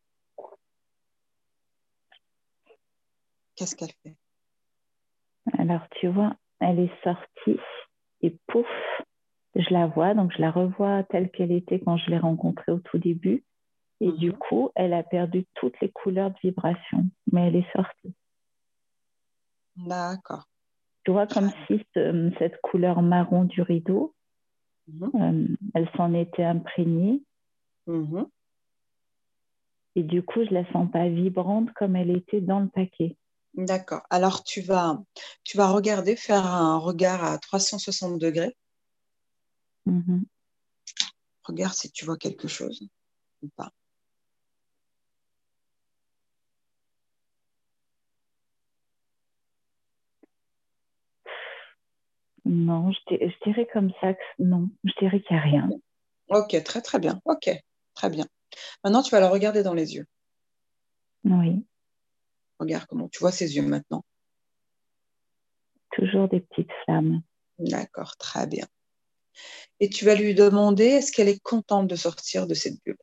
A: Qu'est-ce qu'elle fait?
B: alors tu vois, elle est sortie et pouf, je la vois, donc je la revois telle qu'elle était quand je l'ai rencontrée au tout début. Et
A: Mhm.
B: du coup, elle a perdu toutes les couleurs de vibration, mais elle est sortie.
A: D'accord.
B: Tu vois, comme si ce, cette couleur marron du rideau,
A: Mhm.
B: euh, elle s'en était imprégnée.
A: Mhm.
B: Et du coup, je la sens pas vibrante comme elle était dans le paquet.
A: D'accord. Alors, tu vas, tu vas regarder, faire un regard à trois cent soixante degrés.
B: Mhm.
A: Regarde si tu vois quelque chose ou pas.
B: Non, je, di- je dirais comme ça que non, je dirais qu'il n'y a rien.
A: Ok, très très bien. Ok, très bien. Maintenant, tu vas le regarder dans les yeux.
B: Oui,
A: Regarde comment tu vois ses yeux maintenant.
B: toujours des petites flammes.
A: D'accord, très bien. Et tu vas lui demander, est-ce qu'elle est contente de sortir de cette bulle?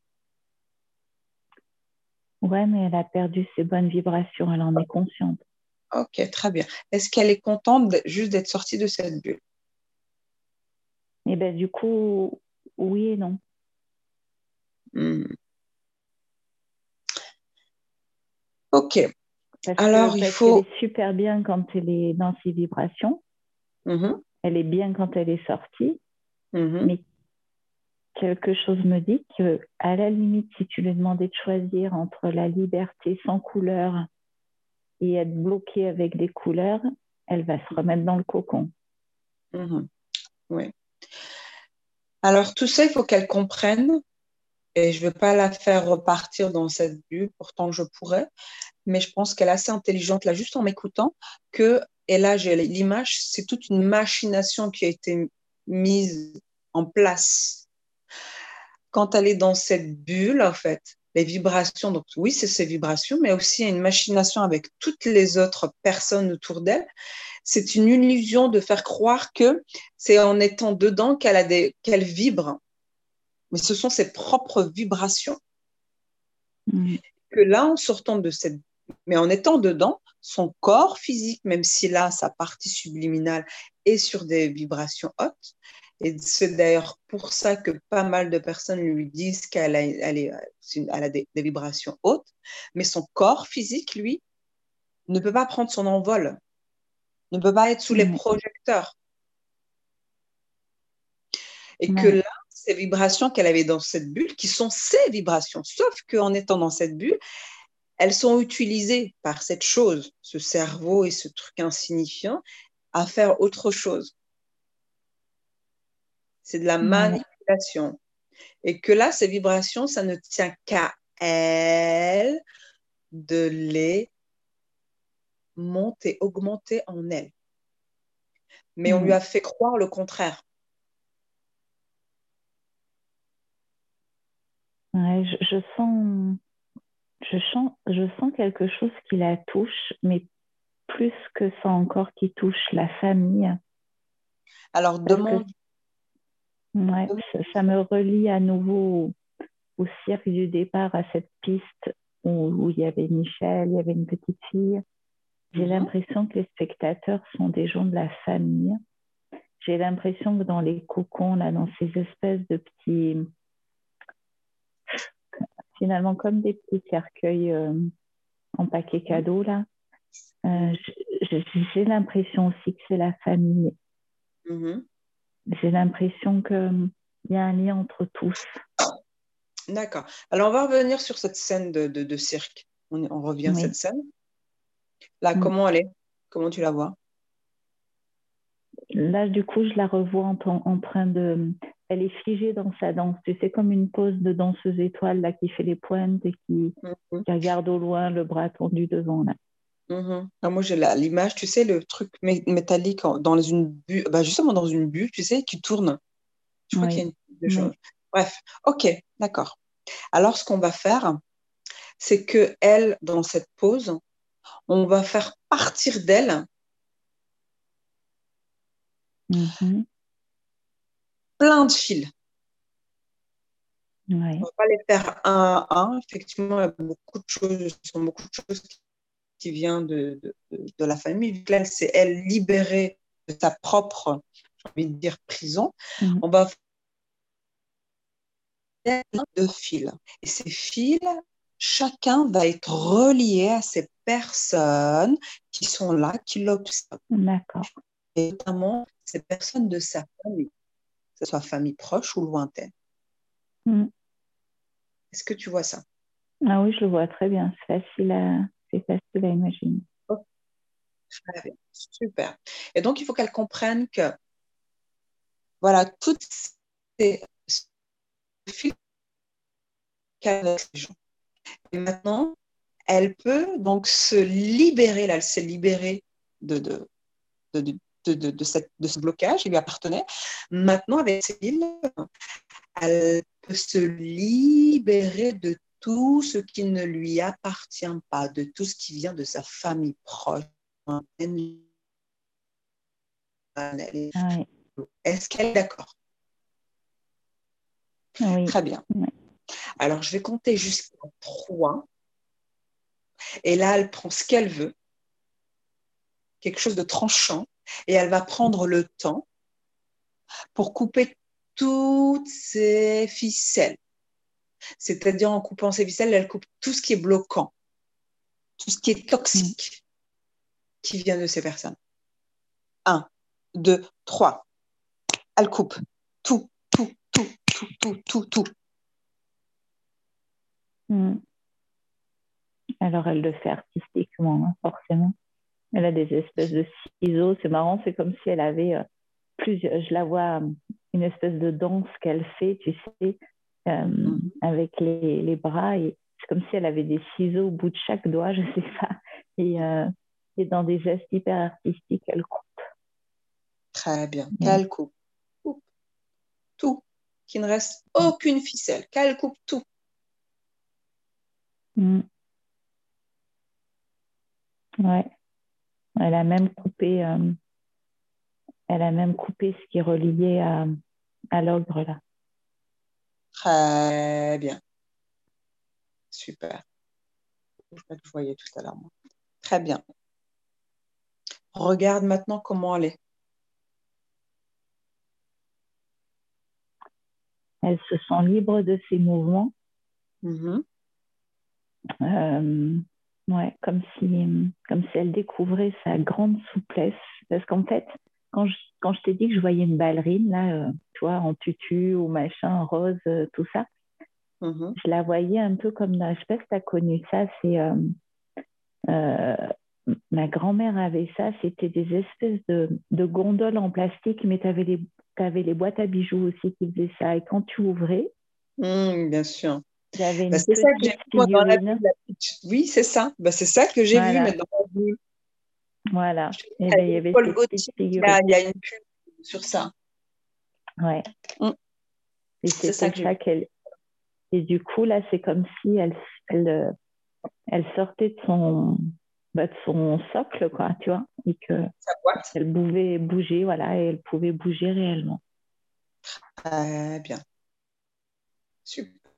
B: Ouais, mais elle a perdu ses bonnes vibrations, elle en est consciente.
A: Ok, très bien. Est-ce qu'elle est contente de- juste d'être sortie de cette bulle?
B: Et ben du coup, oui et non.
A: Hmm. Ok,
B: Parce que
A: alors il
B: parce qu'elle
A: faut...
B: est super bien quand elle est dans ses vibrations,
A: Mhm,
B: elle est bien quand elle est sortie,
A: mhm,
B: mais quelque chose me dit que, à la limite, si tu lui demandais de choisir entre la liberté sans couleur et être bloquée avec des couleurs, elle va se remettre dans le cocon.
A: mhm, oui. Alors tout ça, il faut qu'elle comprenne, et je ne veux pas la faire repartir dans cette bulle, pourtant je pourrais, mais je pense qu'elle est assez intelligente, là, juste en m'écoutant, que, et là j'ai l'image, c'est toute une machination qui a été mise en place quand elle est dans cette bulle, en fait, les vibrations, donc oui, c'est ces vibrations, mais aussi une machination avec toutes les autres personnes autour d'elle. C'est une illusion de faire croire que c'est en étant dedans qu'elle a des, qu'elle vibre, mais ce sont ses propres vibrations.
B: Mm.
A: Que là, en sortant de cette, mais en étant dedans, son corps physique, même si là, sa partie subliminale est sur des vibrations hautes, et c'est d'ailleurs pour ça que pas mal de personnes lui disent qu'elle a, elle est, elle a des, des vibrations hautes, mais son corps physique, lui, ne peut pas prendre son envol, ne peut pas être sous les
B: Ouais.
A: projecteurs. Et que
B: Ouais.
A: là, ces vibrations qu'elle avait dans cette bulle, qui sont ses vibrations, sauf qu'en étant dans cette bulle, elles sont utilisées par cette chose, ce cerveau et ce truc insignifiant, à faire autre chose. C'est de la
B: Ouais.
A: manipulation. Et que là, ces vibrations, ça ne tient qu'à elle de les monter, augmenter en elle. Mais on lui
B: Mm.
A: a fait croire le contraire.
B: Ouais, je, je sens, je sens, je sens quelque chose qui la touche, mais plus que ça encore qui touche la famille,
A: Alors
B: parce que
A: demande,
B: ouais,
A: demande
B: ça, ça me relie à nouveau au, au cirque du départ, à cette piste où, où il y avait Michel, il y avait une petite fille. J'ai
A: mhm,
B: l'impression que les spectateurs sont des gens de la famille. J'ai l'impression que dans les cocons, là, dans ces espèces de petits, finalement comme des petits cercueils euh, en paquet cadeau, là, euh,
A: mhm,
B: j'ai l'impression aussi que c'est la famille.
A: mhm.
B: J'ai l'impression qu'il y a un lien entre tous.
A: D'accord. Alors on va revenir sur cette scène de, de, de cirque. On, on revient à cette
B: Oui.
A: scène. Là,
B: Mm.
A: comment elle est? Comment tu la vois?
B: Là, du coup, je la revois en, en, train de... Elle est figée dans sa danse. Tu sais, comme une pose de danseuse étoile là, qui fait les pointes et qui,
A: Mhm.
B: qui regarde au loin le bras tendu devant. Là.
A: Mhm. Ah, moi, j'ai la- l'image, tu sais, le truc mé- métallique en- dans une bulle, bah, justement dans une bulle, tu sais, qui tourne. Je crois qu'il y a
B: Oui,
A: une bulle de
B: oui.
A: chose. Bref, ok, d'accord. Alors, ce qu'on va faire, c'est que elle, dans cette pause, on va faire partir d'elle
B: Mhm.
A: plein de fils. On
B: Oui.
A: va pas les faire un à un. Effectivement, il y a beaucoup de choses, ce sont beaucoup de choses qui viennent de, de, de- de la famille. Là, c'est elle libérée de sa propre, envie de dire prison,
B: Mhm.
A: on va faire plein de fils. Et ces fils, chacun va être relié à ces personnes qui sont là, qui l'observent.
B: D'accord.
A: Et notamment ces personnes de sa famille, que ce soit famille proche ou lointaine.
B: Mhm.
A: Est-ce que tu vois ça?
B: Ah oui, je le vois très bien. C'est facile à, c'est facile à imaginer.
A: Oh, très bien, super. Et donc, il faut qu'elle comprenne que, voilà, toutes ces fils qu'elle a avec ces gens. Et maintenant, elle peut donc se libérer, là, elle s'est libérée de, de, de, de, de, de, cette, de ce blocage qui lui appartenait. Maintenant, avec Céline, elle peut se libérer de tout ce qui ne lui appartient pas, de tout ce qui vient de sa famille proche.
B: Ah oui.
A: Est-ce qu'elle est d'accord?
B: Oui.
A: Très bien.
B: Oui.
A: Alors, je vais compter jusqu'à trois. Et là, elle prend ce qu'elle veut, quelque chose de tranchant, et elle va prendre le temps pour couper toutes ces ficelles. C'est-à-dire, en coupant ces ficelles, elle coupe tout ce qui est bloquant, tout ce qui est
B: Mhm.
A: toxique qui vient de ces personnes. Un, deux, trois. Elle coupe tout, tout, tout, tout, tout, tout, tout.
B: Mhm. Alors, elle le fait artistiquement, hein, forcément. Elle a des espèces de ciseaux. C'est marrant, c'est comme si elle avait euh, plusieurs. Je la vois, euh, une espèce de danse qu'elle fait, tu sais, euh,
A: Mhm.
B: avec les, les bras. Et c'est comme si elle avait des ciseaux au bout de chaque doigt, je sais pas. Et, euh, et dans des gestes hyper artistiques, elle coupe.
A: Très bien.
B: Et,
A: Qu'elle coupe, coupe tout, qu'il ne reste aucune ficelle. Qu'elle coupe tout.
B: mm, ouais. Elle a même coupé, euh, elle a même coupé ce qui est relié à, à l'ogre là.
A: Très bien. Super. Je crois que je voyais tout à l'heure. Moi. Très bien. Regarde maintenant comment elle est.
B: Elle se sent libre de ses mouvements.
A: Mhm.
B: Euh, ouais, comme si, comme si elle découvrait sa grande souplesse. Parce qu'en fait, quand je, quand je t'ai dit que je voyais une ballerine, là, euh, tu vois, en tutu ou machin, rose, euh, tout ça,
A: Mhm.
B: je la voyais un peu comme, dans- je sais pas si tu as connu ça, c'est, euh, euh, ma grand-mère avait ça, c'était des espèces de, de gondoles en plastique, mais tu avais les, t'avais les boîtes à bijoux aussi qui faisaient ça. Et quand tu ouvrais,
A: Mhm, bien sûr.
B: il y avait
A: Ben,
B: une
A: c'est ça que j'ai
B: petite
A: vu moi dans la vue
B: figurine.
A: de la petite. Oui, c'est ça. Ben, c'est ça que j'ai vu, mais
B: Voilà,
A: dans la vue.
B: voilà.
A: Je sais
B: Et
A: qu'il y a
B: ben, il y
A: une
B: avait
A: Paul
B: ces petites
A: Gaultier, il y
B: figurines.
A: a, il y a une pub sur ça.
B: Ouais.
A: Mhm.
B: Et
A: C'est ça
B: c'était
A: que j'ai
B: ça
A: vu.
B: qu'elle. Et du coup, là, c'est comme si elle, elle, euh, elle sortait de son, bah, de son socle, quoi, tu vois, et que
A: Ça boîte.
B: elle pouvait bouger, voilà, et elle pouvait bouger réellement.
A: Très bien. Super.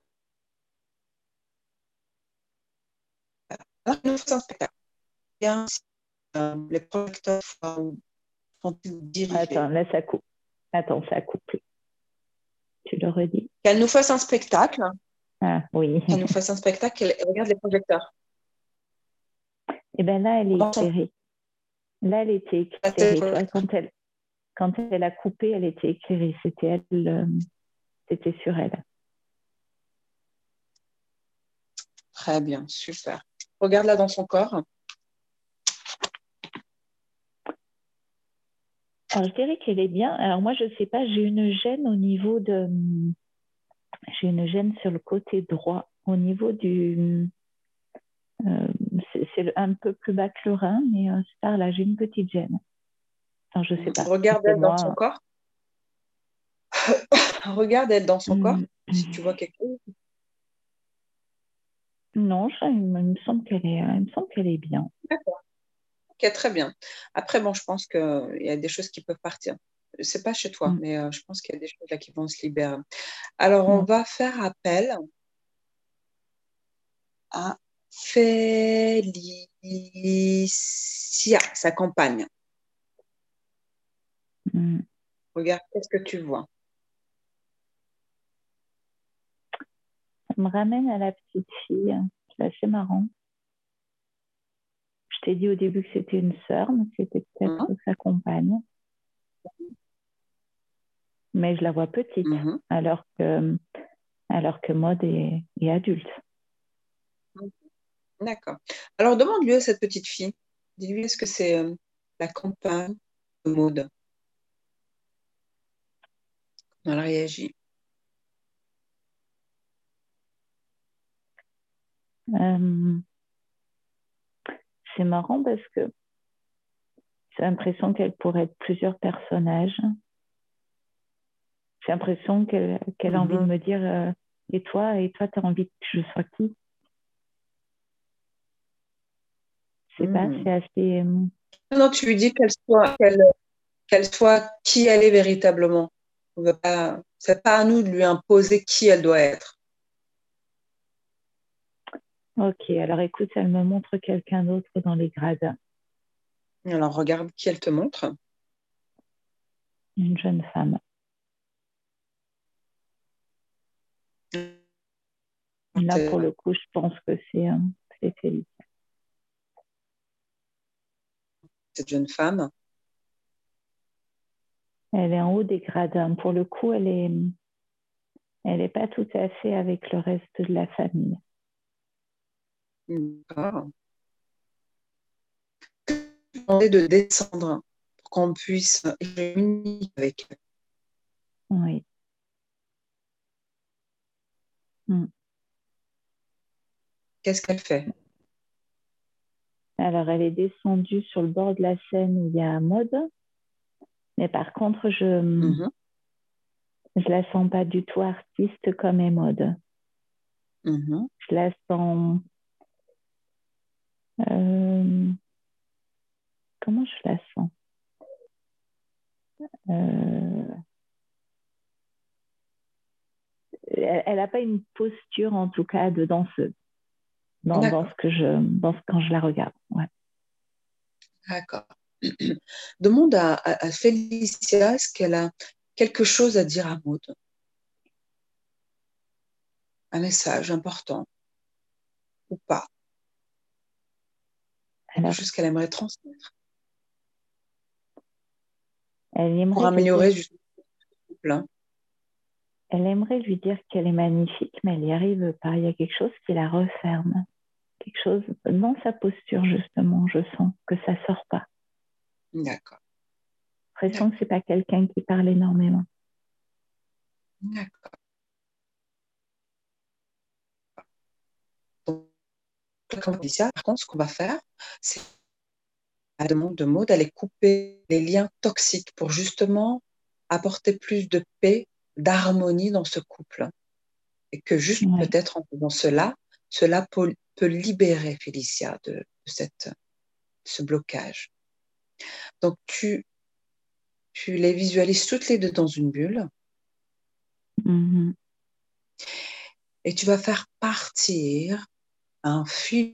A: Alors, il nous faut un spectacle. Bien, euh, les projecteurs sont- sont-ils dirigés?
B: Attends, là, ça coupe. Attends, ça coupe plus. Tu le redis?
A: Qu'elle nous fasse un spectacle,
B: Ah, oui.
A: qu'elle nous fasse un spectacle, qu'elle regarde les projecteurs.
B: Et bien là, elle est
A: Dans son
B: éclairée. Là, elle était éclairée, tu vois,
A: projecteur.
B: quand elle, quand elle a coupé, elle était éclairée. C'était elle, euh, c'était sur elle.
A: Très bien, super. Regarde-la dans son corps.
B: Alors, je dirais qu'elle est bien. Alors, moi, je ne sais pas, j'ai une gêne au niveau de. J'ai une gêne sur le côté droit. Au niveau du. Euh, c'est, c'est un peu plus bas que le rein, mais euh, c'est par là, j'ai une petite gêne. Alors, je ne sais pas si c'est
A: Regarde-elle dans son
B: moi.
A: corps. Regarde-elle dans son corps.
B: Hum,
A: Si tu vois quelque chose.
B: non, je, il me semble qu'elle est, il me semble qu'elle est bien.
A: D'accord. Ok, très bien. Après, bon, je pense qu'il y a des choses qui peuvent partir. C'est pas chez toi,
B: Hum,
A: mais euh, je pense qu'il y a des choses là qui vont se libérer. Alors, on
B: hum,
A: va faire appel à Félicia, sa compagne.
B: hum.
A: Regarde, qu'est-ce que tu vois?
B: Ça me ramène à la petite fille. C'est assez marrant. Je t'ai dit au début que c'était une sœur, mais c'était peut-être
A: Hein?
B: sa compagne. Mais je la vois petite,
A: Mhm.
B: alors que, alors que Maud est, est adulte.
A: D'accord. Alors, demande-lui à cette petite fille. Dis-lui, est-ce que c'est euh, la compagne de Maud? Elle réagit.
B: Euh, c'est marrant parce que j'ai l'impression qu'elle pourrait être plusieurs personnages. J'ai l'impression qu'elle qu'elle a envie de
A: Mhm.
B: me dire euh, et toi, et toi, tu as envie que je sois qui? Je sais pas, c'est
A: Mhm.
B: assez. euh,
A: Non, tu lui dis qu'elle soit, qu'elle, qu'elle soit qui elle est véritablement. On veut pas, c'est pas à nous de lui imposer qui elle doit être.
B: Ok, alors écoute, elle me montre quelqu'un d'autre dans les grades,
A: Alors, regarde qui elle te montre.
B: une jeune femme. Là, pour le coup, je pense que c'est euh, c'est Félix.
A: Cette jeune femme.
B: Elle est en haut des gradins. Pour le coup, elle est, elle est pas tout à fait avec le reste de la famille.
A: D'accord. Demander de descendre pour qu'on puisse communiquer avec elle.
B: Oui. Mm.
A: Qu'est-ce qu'elle fait?
B: Alors, elle est descendue sur le bord de la Seine où il y a Maud. Mais par contre, je
A: Mhm.
B: je la sens pas du tout artiste comme est Maud.
A: Mhm.
B: Je la sens... euh, comment je la sens? Euh, elle n'a pas une posture, en tout cas, de danseuse dans, dans
A: D'accord.
B: ce que je, dans ce, quand je la regarde. Ouais.
A: D'accord. Demande à, à, à Félicia, est-ce qu'elle a quelque chose à dire à Maud? Un message important ou pas? Quelque
B: Alors,
A: chose qu'elle aimerait transmettre
B: elle
A: pour
B: aimerait lui dire,
A: améliorer justement le couple, hein.
B: elle aimerait lui dire qu'elle est magnifique, mais elle n'y arrive pas. Il y a quelque chose qui la referme. Quelque chose dans sa posture, justement, je sens que ça sort pas.
A: D'accord.
B: J'ai l'impression que
A: D'accord.
B: c'est pas quelqu'un qui parle énormément.
A: D'accord. Donc, comme Félicia, par contre, ce qu'on va faire, c'est à la demande de Maud d'aller couper les liens toxiques pour justement apporter plus de paix, d'harmonie dans ce couple. Et que juste
B: Ouais.
A: peut-être en faisant cela, cela peut, peut libérer Félicia de, de cette, ce blocage. Donc tu, tu les visualises toutes les deux dans une bulle
B: Mm-hmm.
A: et tu vas faire partir un fil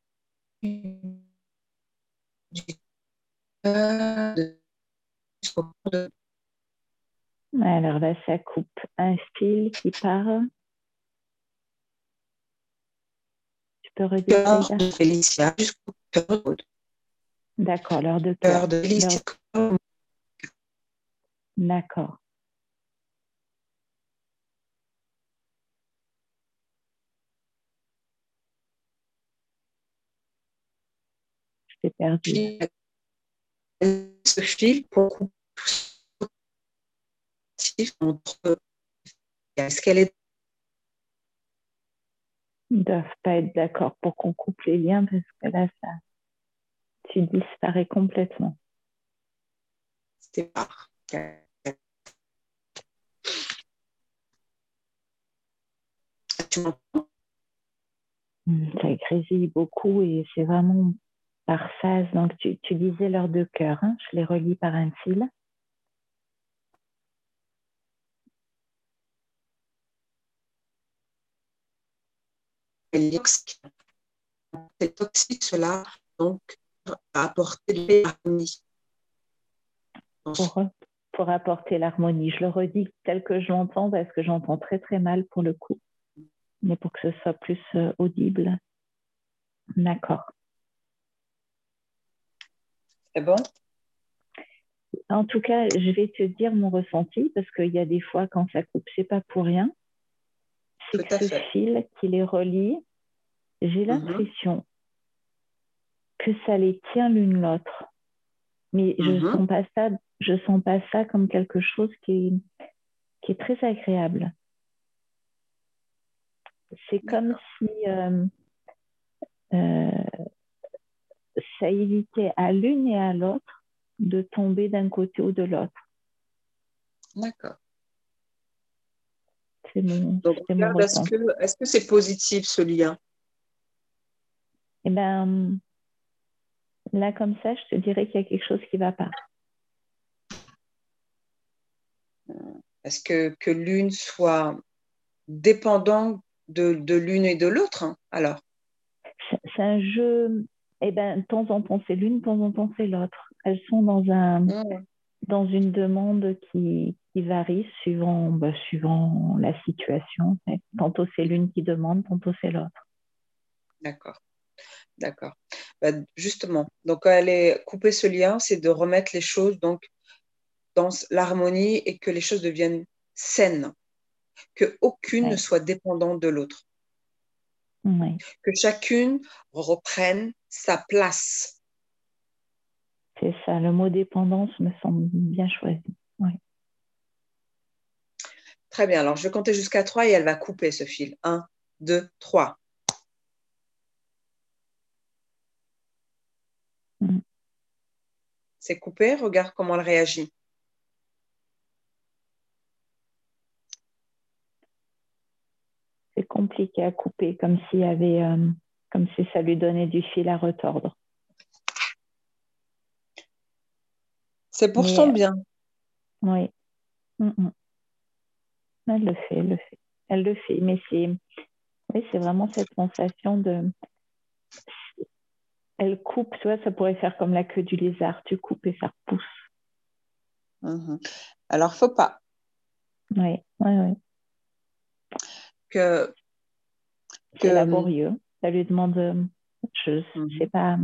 A: du cœur de, de,
B: Alors là, ça coupe un fil qui part. Tu peux redire,
A: cœur
B: Aïda?
A: de Félicia jusqu'au cœur de,
B: D'accord, l'heure de
A: cœur
B: cœur.
A: de Félicia.
B: L'heure... D'accord. Je t'ai perdu là.
A: Ce fil pour couper tout entre est-ce qu'elle est
B: Ils ne doivent pas être d'accord pour qu'on coupe les liens parce que là, ça, tu disparais complètement.
A: sépare. Tu m'entends?
B: Ça grésille beaucoup et c'est vraiment par phase. Donc, tu, tu disais l'heure de cœur. Hein, je les relis par un fil.
A: Toxique. C'est toxique cela, donc à apporter de l'harmonie.
B: Pour, pour apporter l'harmonie. Je le redis tel que je l'entends parce que j'entends très très mal pour le coup, mais pour que ce soit plus euh, audible. D'accord.
A: C'est bon?
B: En tout cas, je vais te dire mon ressenti parce qu'il y a des fois quand ça coupe, c'est pas pour rien. C'est
A: Tout
B: que
A: à
B: ce
A: fait.
B: fil qui les relie, j'ai
A: Mhm,
B: l'impression que ça les tient l'une l'autre. Mais je
A: mhm.
B: sens pas ça, je sens pas ça comme quelque chose qui est, qui est très agréable. C'est comme
A: D'accord.
B: si euh, euh, ça évitait à l'une et à l'autre de tomber d'un côté ou de l'autre.
A: D'accord.
B: C'est mon,
A: Donc,
B: c'est mon
A: regarde, est-ce
B: ressenti.
A: que est-ce que c'est positif ce lien?
B: Et ben là, comme ça, je te dirais qu'il y a quelque chose qui ne va pas.
A: Est-ce que, que l'une soit dépendante de, de l'une et de l'autre, hein, alors?
B: C'est un jeu, et ben, de temps en temps c'est l'une, de temps en temps c'est l'autre. Elles sont dans, un,
A: Mhm.
B: dans une demande qui, qui varie suivant, bah, suivant la situation. Tantôt c'est l'une qui demande, tantôt c'est l'autre.
A: D'accord, d'accord. Bah, justement, donc quand elle est couper ce lien, c'est de remettre les choses donc dans l'harmonie et que les choses deviennent saines, que aucune ne
B: Ouais.
A: soit dépendante de l'autre,
B: Ouais.
A: que chacune reprenne sa place.
B: C'est ça, le mot dépendance me semble bien choisi. Ouais.
A: Très bien, alors je vais compter jusqu'à trois et elle va couper ce fil. Un, deux, trois.
B: Mm.
A: C'est coupé, regarde comment elle réagit.
B: C'est compliqué à couper, comme s'il y avait, euh, comme si ça lui donnait du fil à retordre.
A: C'est pour son
B: Mais
A: bien.
B: oui, mm -mm. Elle le fait, elle le fait. Elle le fait, mais c'est oui, c'est vraiment cette sensation de elle coupe, tu vois, ça pourrait faire comme la queue du lézard, tu coupes et ça repousse.
A: Mhm. Alors, faut pas
B: Oui, oui, oui.
A: que,
B: C'est
A: que
B: laborieux. Ça lui demande, euh, je sais
A: mhm.
B: pas,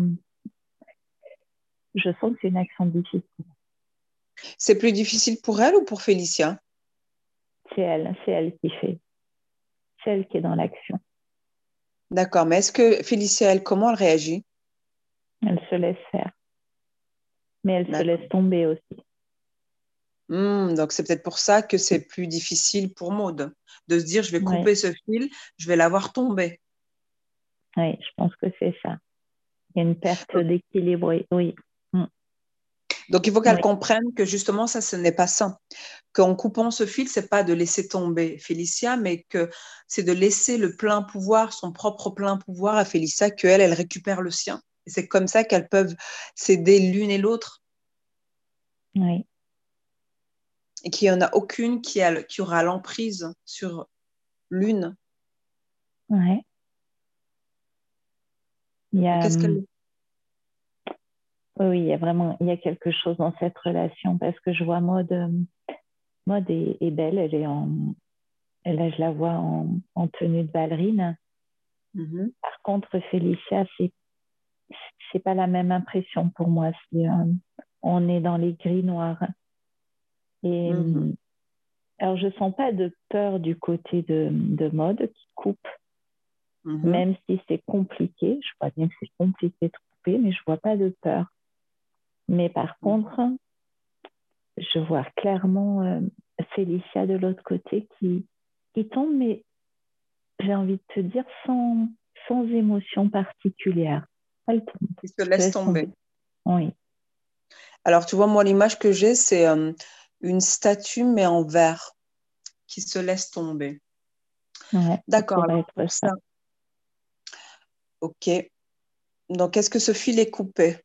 B: je sens que c'est une action difficile.
A: C'est plus difficile pour elle ou pour Félicia?
B: C'est elle, c'est elle qui fait, c'est elle qui est dans l'action.
A: D'accord, mais est-ce que Félicia, elle, comment elle réagit?
B: Elle se laisse faire, mais elle se
A: D'accord.
B: laisse tomber aussi.
A: Hmm, donc, c'est peut-être pour ça que c'est plus difficile pour Maud de se dire, je vais
B: Oui,
A: couper ce fil, je vais la voir tomber.
B: oui, je pense que c'est ça. Il y a une perte d'équilibre, oui. Oui. Mm.
A: Donc, il faut qu'elle
B: Oui.
A: comprenne que justement, ça, ce n'est pas sain. Qu'en coupant ce fil, c'est pas de laisser tomber Félicia, mais que c'est de laisser le plein pouvoir, son propre plein pouvoir à Félicia, qu'elle, elle récupère le sien. Et c'est comme ça qu'elles peuvent s'aider l'une et l'autre
B: Oui.
A: et qu'il n'y en a aucune qui, a, qui aura l'emprise sur l'une.
B: Ouais. Il y
A: Donc,
B: a,
A: qu'est-ce
B: hum,
A: qu'elle...
B: oui, oui, il y a vraiment, il y a quelque chose dans cette relation parce que je vois Maud, euh, Maud est, est belle, elle est en, là je la vois en, en tenue de ballerine.
A: Mhm,
B: Par contre, Félicia, c'est, c'est pas la même impression pour moi. C'est, euh, on est dans les gris noirs. Et
A: mhm,
B: hum, alors je sens pas de peur du côté de, de Maud qui coupe,
A: mhm,
B: même si c'est compliqué. Je vois bien que c'est compliqué de couper, mais je vois pas de peur. Mais par
A: mhm.
B: contre, je vois clairement euh, Félicia de l'autre côté qui, qui tombe, mais j'ai envie de te dire sans, sans émotion particulière. Elle tombe,
A: Il se
B: elle
A: laisse
B: laisse tomber.
A: tomber.
B: Oui,
A: Alors, tu vois, moi, l'image que j'ai, c'est euh, une statue, mais en verre, qui se laisse tomber.
B: ouais, ça
A: D'accord,
B: pourrait
A: alors pour
B: être
A: ça,
B: ça.
A: ok. Donc, est-ce que ce fil est coupé?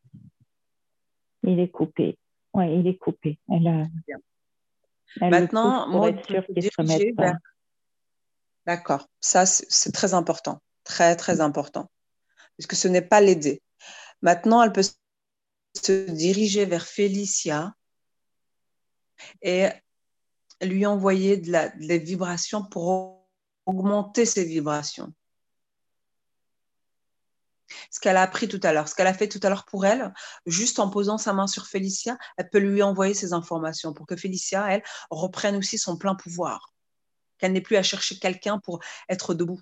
B: Il est coupé. Oui, il est coupé. Elle, euh,
A: Bien.
B: elle le pousse
A: Maintenant,
B: pour
A: Maud
B: être
A: peut
B: sûre
A: se
B: qu'il ne se remette
A: diriger
B: pas.
A: vers... D'accord, ça, c'est c'est très important. Très, très important. Puisque ce n'est pas l'aider. Maintenant, elle peut se diriger vers Félicia et lui envoyer de la, des vibrations pour augmenter ses vibrations. Ce qu'elle a appris tout à l'heure, ce qu'elle a fait tout à l'heure pour elle, juste en posant sa main sur Félicia, elle peut lui envoyer ces informations pour que Félicia, elle, reprenne aussi son plein pouvoir, qu'elle n'ait plus à chercher quelqu'un pour être debout.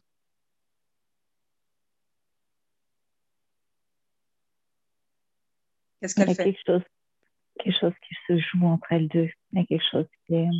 A: Qu'est-ce qu'elle fait?
B: quelque chose, quelque chose qui se joue entre elles deux. Il y a quelque chose qui est...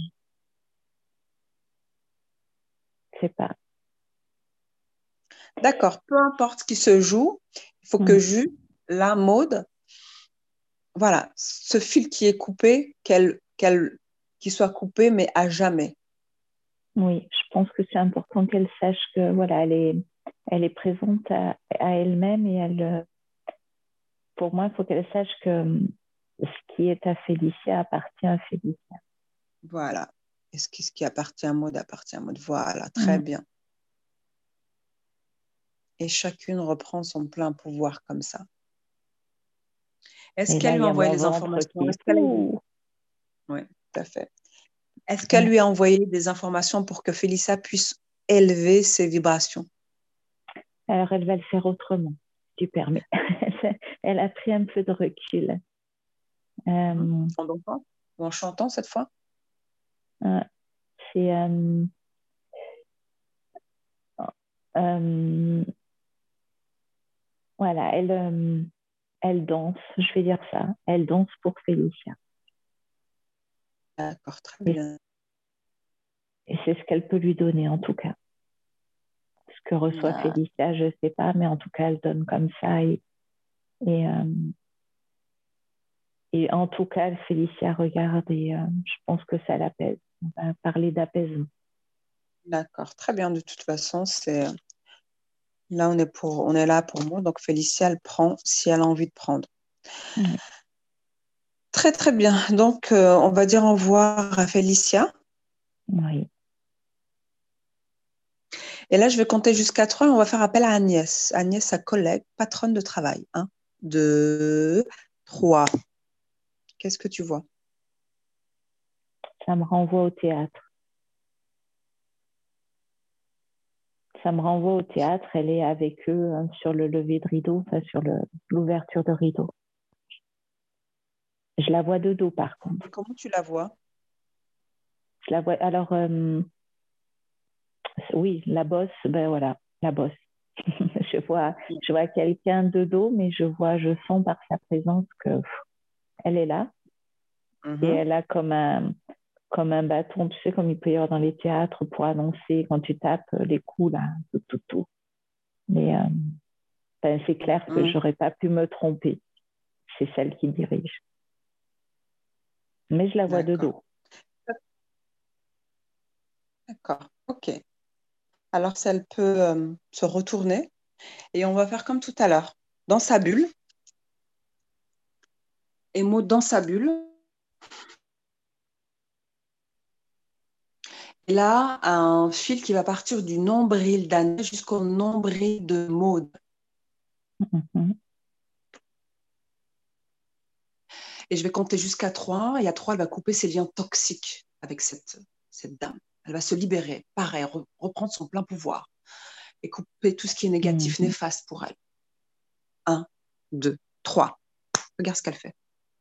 B: Je sais pas.
A: D'accord, peu importe ce qui se joue, il faut
B: Mm.
A: que Jus, la Maude, voilà, ce fil qui est coupé, qu'elle, qu'elle, qu'il soit coupé, mais à jamais.
B: Oui, je pense que c'est important qu'elle sache que voilà, elle est, elle est présente à, à elle-même et elle, pour moi, il faut qu'elle sache que ce qui est à Félicia appartient à Félicia.
A: Voilà. Et ce qui, ce qui appartient à Maude appartient à Maude. Voilà, très
B: Mm.
A: bien. Et chacune reprend son plein pouvoir comme ça. Est-ce
B: Et
A: qu'elle
B: là,
A: lui
B: il
A: a
B: y a
A: envoyé
B: mon
A: les
B: ventre
A: informations?
B: qui...
A: Est-ce qu'elle... Oui, tout à fait. Est-ce qu'elle
B: Mm.
A: lui a envoyé des informations pour que Félicia puisse élever ses vibrations?
B: Alors, elle va le faire autrement, si tu permets. Elle a pris un peu de recul.
A: Mhm.
B: Euh,
A: En dansant ou en chantant cette fois?
B: euh, c'est... Euh, euh, voilà, elle, euh, elle danse, je vais dire ça. Elle danse pour Félicia.
A: D'accord, très
B: Et,
A: bien.
B: et c'est ce qu'elle peut lui donner, en tout cas. Ce que reçoit
A: Ah,
B: Félicia, je ne sais pas, mais en tout cas, elle donne comme ça. Et, et, euh, et en tout cas, Félicia regarde et euh, je pense que ça l'apaise. On va parler d'apaisement.
A: d'accord, très bien. De toute façon, c'est là on est pour, on est là pour moi. Donc Félicia, elle prend si elle a envie de prendre.
B: Oui.
A: Très très bien. Donc euh, on va dire au revoir à Félicia.
B: Oui.
A: Et là, je vais compter jusqu'à trois et on va faire appel à Agnès. Agnès, sa collègue, patronne de travail. Un, deux, trois. Qu'est-ce que tu vois?
B: Ça me renvoie au théâtre. Ça me renvoie au théâtre. Elle est avec eux hein, sur le lever de rideau, enfin, sur le, l'ouverture de rideau. Je la vois de dos, par contre.
A: Et comment tu la vois?
B: Je la vois. Alors, euh, oui, la bosse, ben voilà, la bosse. je vois, je vois quelqu'un de dos, mais je vois, je sens par sa présence que pff, elle est là et
A: Mhm,
B: elle a comme un, comme un bâton, tu sais, comme il peut y avoir dans les théâtres pour annoncer quand tu tapes les coups là, tout, tout, tout. Mais euh, ben, c'est clair que
A: mhm.
B: j'aurais pas pu me tromper. C'est celle qui dirige. Mais je la vois de
A: D'accord.
B: dos.
A: D'accord. OK. Alors, ça, elle peut euh, se retourner et on va faire comme tout à l'heure. Dans sa bulle, et mot dans sa bulle. Et là, un fil qui va partir du nombril d'Agnès jusqu'au nombril de Maud.
B: Mhm.
A: Et je vais compter jusqu'à trois. Et à trois, elle va couper ses liens toxiques avec cette, cette dame. Elle va se libérer, pareil, re- reprendre son plein pouvoir et couper tout ce qui est négatif,
B: Mhm.
A: néfaste pour elle. Un, deux, trois. Regarde ce qu'elle fait.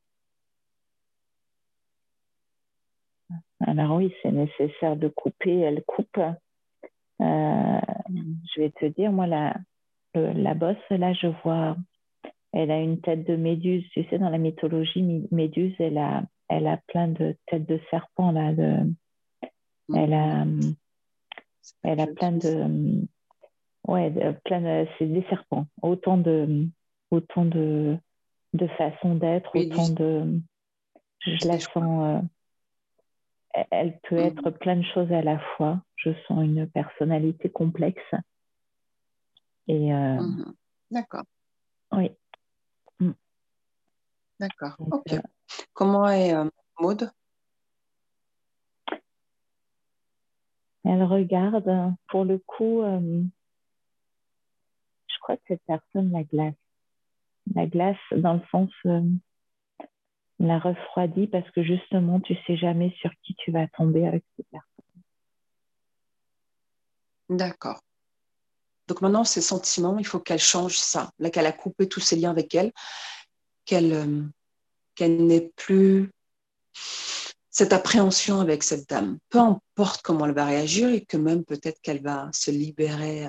B: Alors oui, c'est nécessaire de couper. Elle coupe. Euh, je vais te dire, moi, la, le- la bosse, là, je vois, elle a une tête de méduse. Tu sais, dans la mythologie, Méduse, elle a, elle a plein de têtes de serpent, là. De, elle
A: Mhm.
B: a,
A: C'est pas
B: elle a
A: que
B: plein
A: je-
B: de, ouais, de- plein de, c'est des serpents. Autant de, autant de, de façons d'être,
A: Mais du
B: autant de, je la
A: je crois.
B: sens, euh, elle peut être
A: Mhm.
B: plein de choses à la fois. Je sens une personnalité complexe. Et euh,
A: Mhm. D'accord,
B: oui. Mm.
A: d'accord.
B: Donc,
A: OK.
B: euh,
A: Comment est euh, Maud?
B: elle regarde, pour le coup, euh, je crois que cette personne la glace. La glace dans le sens, euh, la refroidit parce que justement, tu sais jamais sur qui tu vas tomber avec cette personne.
A: D'accord. Donc maintenant, ces sentiments, il faut qu'elle change ça. Là, qu'elle a coupé tous ses liens avec elle, qu'elle euh, qu'elle n'ait plus cette appréhension avec cette dame. Peu importe comment elle va réagir et que même peut-être qu'elle va se libérer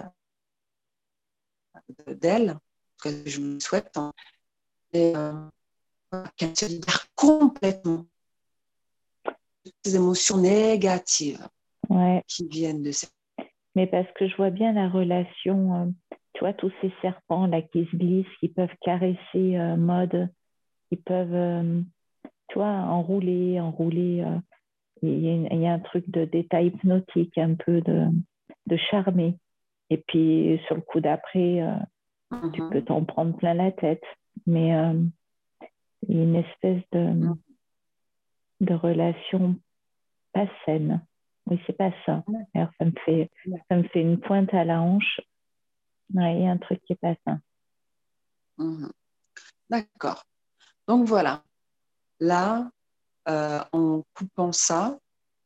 A: d'elle, que je me souhaite, hein, et, euh, qu'elle se libère complètement de ces émotions négatives
B: Ouais.
A: qui viennent de cette...
B: Mais parce que je vois bien la relation, euh, tu vois, tous ces serpents là qui se glissent, qui peuvent caresser euh, Maude, qui peuvent, euh, tu vois, enrouler, enrouler. Euh, il, y a une, il y a un truc de d'état hypnotique, un peu de, de charmer. Et puis sur le coup d'après, euh, tu peux
A: Mhm.
B: t'en prendre plein la tête. Mais euh, il y a une espèce de,
A: Mhm.
B: de relation pas saine. Oui, c'est pas ça. Alors, ça me fait, ça me fait une pointe à la hanche. Ouais, il y a un truc qui est pas ça.
A: Mhm. D'accord. Donc voilà. Là, euh, en coupant ça,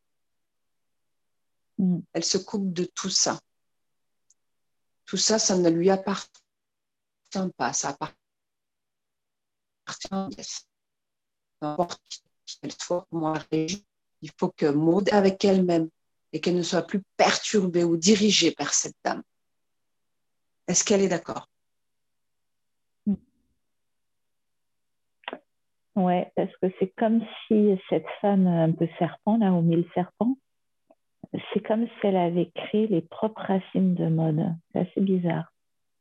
B: Mm.
A: elle se coupe de tout ça. Tout ça, ça ne lui appartient pas. Ça appartient à Yes. Peu importe qu'elle soit, comment elle réagit. Il faut que Maud avec elle-même et qu'elle ne soit plus perturbée ou dirigée par cette dame. Est-ce qu'elle est d'accord?
B: Mm. Ouais, parce que c'est comme si cette femme un peu serpent, là, au mille serpents, c'est comme si elle avait créé les propres racines de mode. C'est assez bizarre.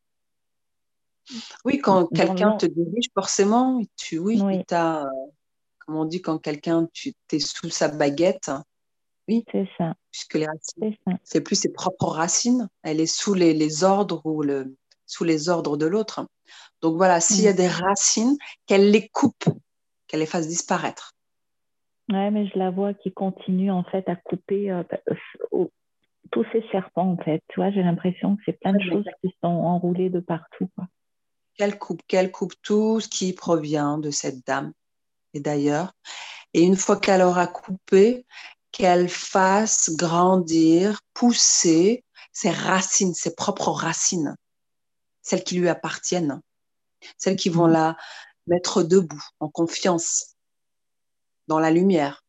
A: Oui, quand
B: Dans
A: quelqu'un
B: le
A: te dirige, forcément, tu, oui, il
B: oui,
A: t'a, euh, comme on dit, quand quelqu'un, tu es sous sa baguette, oui,
B: c'est ça,
A: puisque les racines,
B: c'est ça.
A: c'est plus ses propres racines, elle est sous les, les ordres ou le, sous les ordres de l'autre. Donc voilà, s'il y
B: Mm.
A: a des racines, qu'elle les coupe, qu'elle les fasse disparaître.
B: Ouais, mais je la vois qui continue en fait à couper euh, au- tous ces serpents en fait. Tu vois, j'ai l'impression que c'est plein
A: Très
B: de
A: bien.
B: choses qui sont enroulées de partout, quoi.
A: Qu'elle coupe, qu'elle coupe tout ce qui provient de cette dame et d'ailleurs. Et une fois qu'elle aura coupé, qu'elle fasse grandir, pousser ses racines, ses propres racines, celles qui lui appartiennent, celles qui vont
B: Mm.
A: la mettre debout, en confiance, dans la lumière.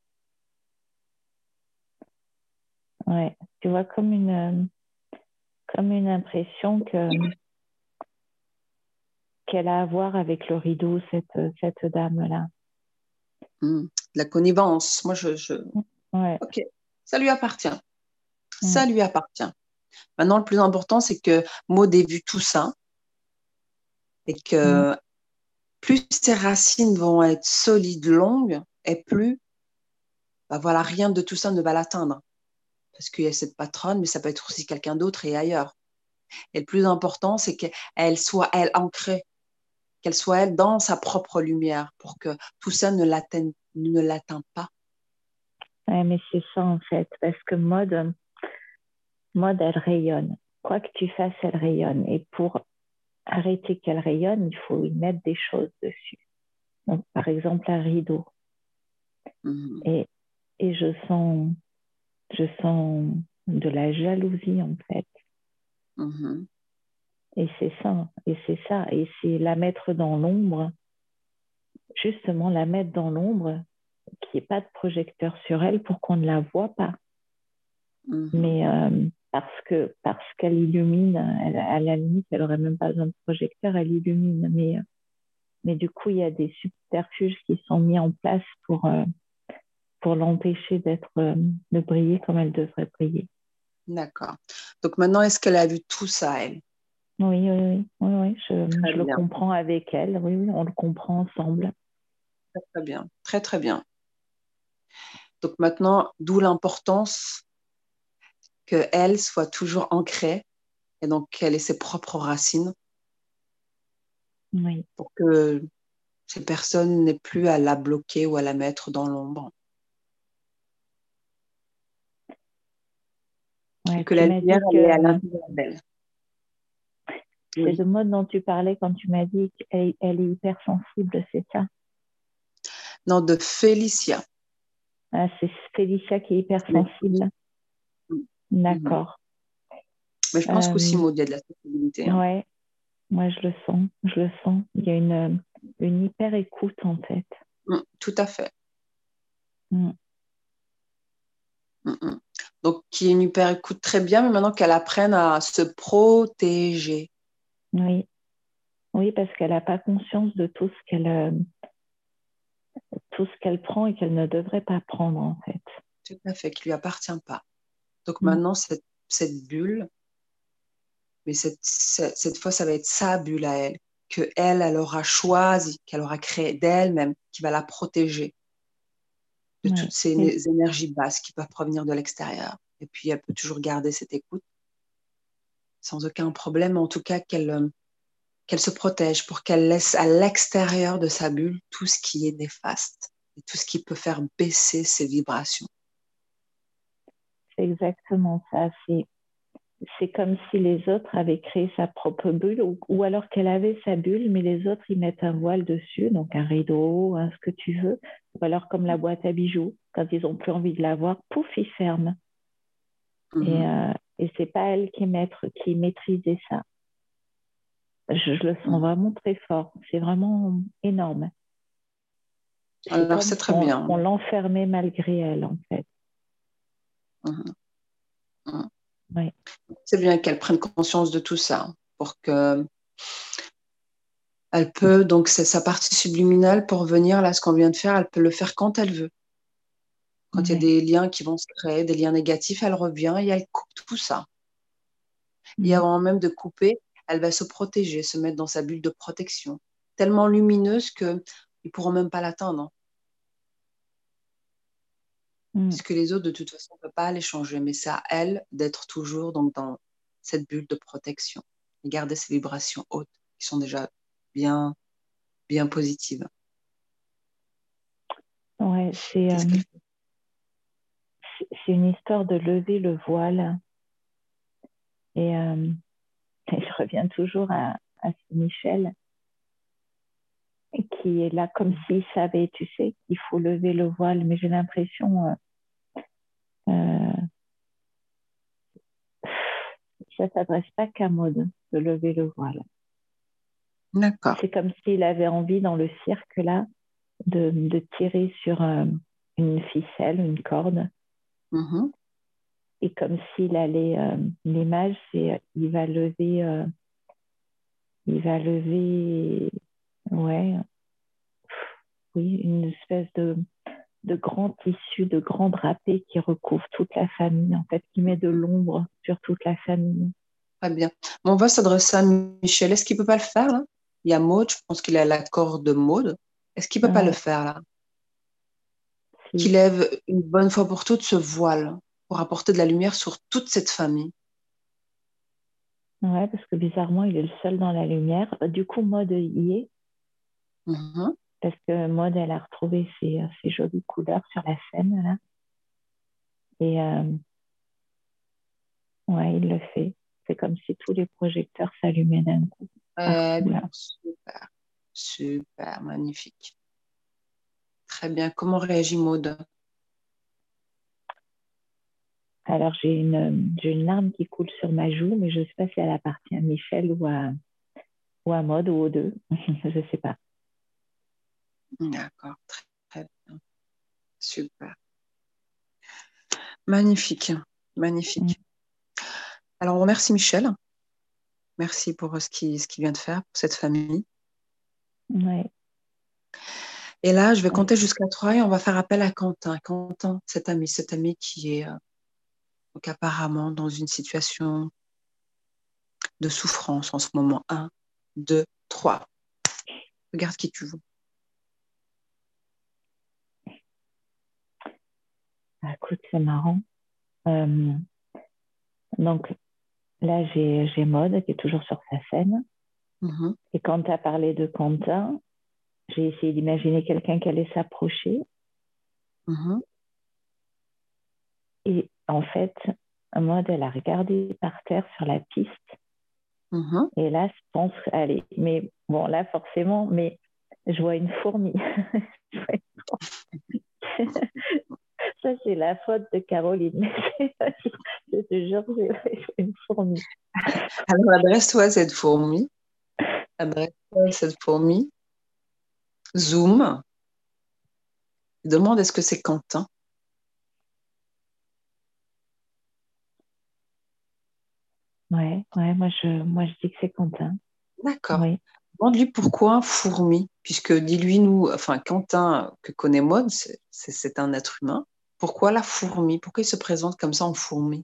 B: Ouais, tu vois comme une euh, comme une impression que qu'elle a à voir avec le rideau cette cette dame là.
A: Hmm. La connivence, moi je, je...
B: Ouais.
A: Ok, ça lui appartient,
B: Mm.
A: ça lui appartient. Maintenant, le plus important, c'est que Maud ait vu tout ça et
B: Mm.
A: que plus ses racines vont être solides, longues, et plus, bah voilà, rien de tout ça ne va l'atteindre. Parce qu'il y a cette patronne, mais ça peut être aussi quelqu'un d'autre et ailleurs. Et le plus important, c'est qu'elle soit, elle, ancrée, qu'elle soit, elle, dans sa propre lumière pour que tout ça ne l'atteigne, ne l'atteint pas.
B: Ouais, mais c'est ça en fait, parce que mode mode elle rayonne. Quoi que tu fasses, elle rayonne. Et pour arrêter qu'elle rayonne, il faut y mettre des choses dessus. Donc, par exemple, un rideau.
A: Mhm.
B: Et, et je sens, je sens de la jalousie, en fait.
A: Mhm.
B: Et c'est ça, et c'est ça. Et c'est la mettre dans l'ombre, justement la mettre dans l'ombre, qu'il n'y ait pas de projecteur sur elle pour qu'on ne la voit pas.
A: Mhm.
B: Mais euh, parce que parce qu'elle illumine, elle, à la limite, elle n'aurait même pas besoin de projecteur, elle illumine. Mais, mais du coup, il y a des subterfuges qui sont mis en place pour, euh, pour l'empêcher d'être, euh, de briller comme elle devrait briller.
A: D'accord. Donc maintenant, est-ce qu'elle a vu tout ça, elle?
B: Oui, oui, oui, oui, oui, je,
A: Très
B: je le
A: bien,
B: comprends avec elle. Oui, oui, on le comprend ensemble.
A: très, très bien, très, très bien. Donc maintenant, d'où l'importance qu'elle soit toujours ancrée et donc qu'elle ait ses propres racines
B: Oui.
A: pour que ces personnes n'aient plus à la bloquer ou à la mettre dans l'ombre. Et
B: Ouais,
A: que
B: tu
A: la
B: m'as
A: lumière,
B: dit
A: elle est à
B: que
A: l'intérieur d'elle.
B: c'est de
A: Oui.
B: mode dont tu parlais quand tu m'as dit qu'elle elle est hypersensible, c'est ça?
A: Non, de Félicia.
B: Ah, c'est Félicia qui est hypersensible.
A: Mm.
B: D'accord.
A: Mais je pense qu'aussi,
B: Euh,
A: Maud, il y a de la sensibilité. Hein.
B: ouais, moi je le sens, je le sens. Il y a une, une hyper écoute en fait.
A: Mm, tout à fait.
B: Mm.
A: Mm, mm. Donc, qui est une hyper écoute très bien, mais maintenant qu'elle apprenne à se protéger.
B: Oui, oui, parce qu'elle n'a pas conscience de tout ce qu'elle euh, tout ce qu'elle prend et qu'elle ne devrait pas prendre en fait.
A: Tout à fait, qui lui appartient pas. Donc
B: Mm.
A: maintenant, cette, cette bulle, mais cette, cette, cette fois, ça va être sa bulle à elle, que elle, elle aura choisi, qu'elle aura créée d'elle-même, qui va la protéger de
B: Ouais.
A: toutes ces
B: Et
A: énergies basses qui peuvent provenir de l'extérieur. Et puis, elle peut toujours garder cette écoute sans aucun problème, en tout cas qu'elle euh, qu'elle se protège pour qu'elle laisse à l'extérieur de sa bulle tout ce qui est néfaste et tout ce qui peut faire baisser ses vibrations.
B: c'est exactement ça. C'est c'est comme si les autres avaient créé sa propre bulle ou, ou alors qu'elle avait sa bulle, mais les autres, ils mettent un voile dessus, donc un rideau, hein, ce que tu veux. Ou alors comme la boîte à bijoux, quand ils n'ont plus envie de la voir, pouf, ils ferment. Et,
A: Mm-hmm.
B: euh, et c'est pas elle qui, maître, qui maîtrisait ça. Je, je le sens
A: Mm-hmm.
B: vraiment très fort. C'est vraiment énorme. C'est
A: Alors,
B: comme
A: c'est
B: si
A: très
B: on,
A: bien.
B: on l'enfermait malgré elle, en fait.
A: Mm-hmm. Mm-hmm.
B: Ouais.
A: C'est bien qu'elle prenne conscience de tout ça pour que elle peut, donc c'est sa partie subliminale pour venir là, ce qu'on vient de faire, elle peut le faire quand elle veut. Quand il y a
B: Ouais.
A: des liens qui vont se créer, des liens négatifs, elle revient et elle coupe tout ça. Et
B: Mm.
A: avant même de couper, elle va se protéger, se mettre dans sa bulle de protection, tellement lumineuse qu'ils ne pourront même pas l'atteindre.
B: Mm.
A: Puisque les autres, de toute façon, on ne peut pas les changer. Mais c'est à elle d'être toujours donc, dans cette bulle de protection et garder ses vibrations hautes, qui sont déjà bien, bien positives.
B: Ouais, c'est
A: Qu'est-ce
B: euh,
A: qu'elle fait?
B: c'est une histoire de lever le voile. Et, euh, et je reviens toujours à, à ce Michel qui est là comme s'il savait, tu sais, qu'il faut lever le voile. Mais j'ai l'impression, euh, euh, ça ne s'adresse pas qu'à Maud de lever le voile.
A: D'accord.
B: C'est comme s'il avait envie dans le cirque là de, de tirer sur euh, une ficelle, une corde.
A: Mm-hmm.
B: Et comme s'il allait, euh, l'image, c'est il va lever, euh, il va lever, ouais, oui, une espèce de, de grand tissu, de grand drapé qui recouvre toute la famille, en fait, qui met de l'ombre sur toute la famille.
A: Très bien. Bon, on va s'adresser à Michel. Est-ce qu'il ne peut pas le faire là? Il y a Maud, je pense qu'il a l'accord de Maud. Est-ce qu'il ne peut pas le
B: Ouais,
A: faire là? Qu'il
B: si.
A: lève une bonne fois pour toutes ce voile pour apporter de la lumière sur toute cette famille.
B: Ouais, parce que bizarrement, il est le seul dans la lumière. Du coup, Maud y est,
A: Mm-hmm.
B: parce que Maud, elle a retrouvé ses, ses jolies couleurs sur la scène, là. Et euh, ouais, il le fait. C'est comme si tous les projecteurs s'allumaient d'un coup,
A: Très
B: partout,
A: bien,
B: là.
A: super, super, magnifique. Très bien. Comment réagit Maud?
B: Alors, j'ai une, j'ai une larme qui coule sur ma joue, mais je ne sais pas si elle appartient à Michel ou à, ou à Maud ou aux deux. Je ne sais pas.
A: D'accord, très, très bien, super. Magnifique,
B: Mm.
A: magnifique. Alors, on remercie Michel. Merci pour ce qu'il ce qu'il vient de faire pour cette famille.
B: Ouais.
A: Et là, je vais
B: Ouais.
A: compter jusqu'à trois et on va faire appel à Quentin. Quentin, cet ami, cet ami qui est euh, donc apparemment dans une situation de souffrance en ce moment. Un, deux, trois. Regarde qui tu veux.
B: Ah, écoute, c'est marrant. Euh, donc, là, j'ai, j'ai Maud qui est toujours sur sa scène.
A: Mhm,
B: Et quand tu as parlé de Quentin, j'ai essayé d'imaginer quelqu'un qui allait s'approcher.
A: mhm,
B: Et en fait, Maud, elle a regardé par terre sur la piste.
A: mhm.
B: Et là, je pense, allez, mais bon, là, forcément, mais je vois une fourmi. Je vois une Ça, c'est la faute de Caroline. Je te jure, c'est une fourmi.
A: Alors, adresse-toi à cette fourmi. Adresse-toi à cette fourmi. Zoom. Demande est-ce que c'est Quentin?
B: Ouais, ouais, moi je, moi je dis que c'est Quentin.
A: D'accord.
B: Oui.
A: Demande-lui pourquoi fourmi, puisque dis-lui, nous, enfin, Quentin, que connaît Maud, c'est, c'est, c'est un être humain. Pourquoi la fourmi? Pourquoi il se présente comme ça en fourmi?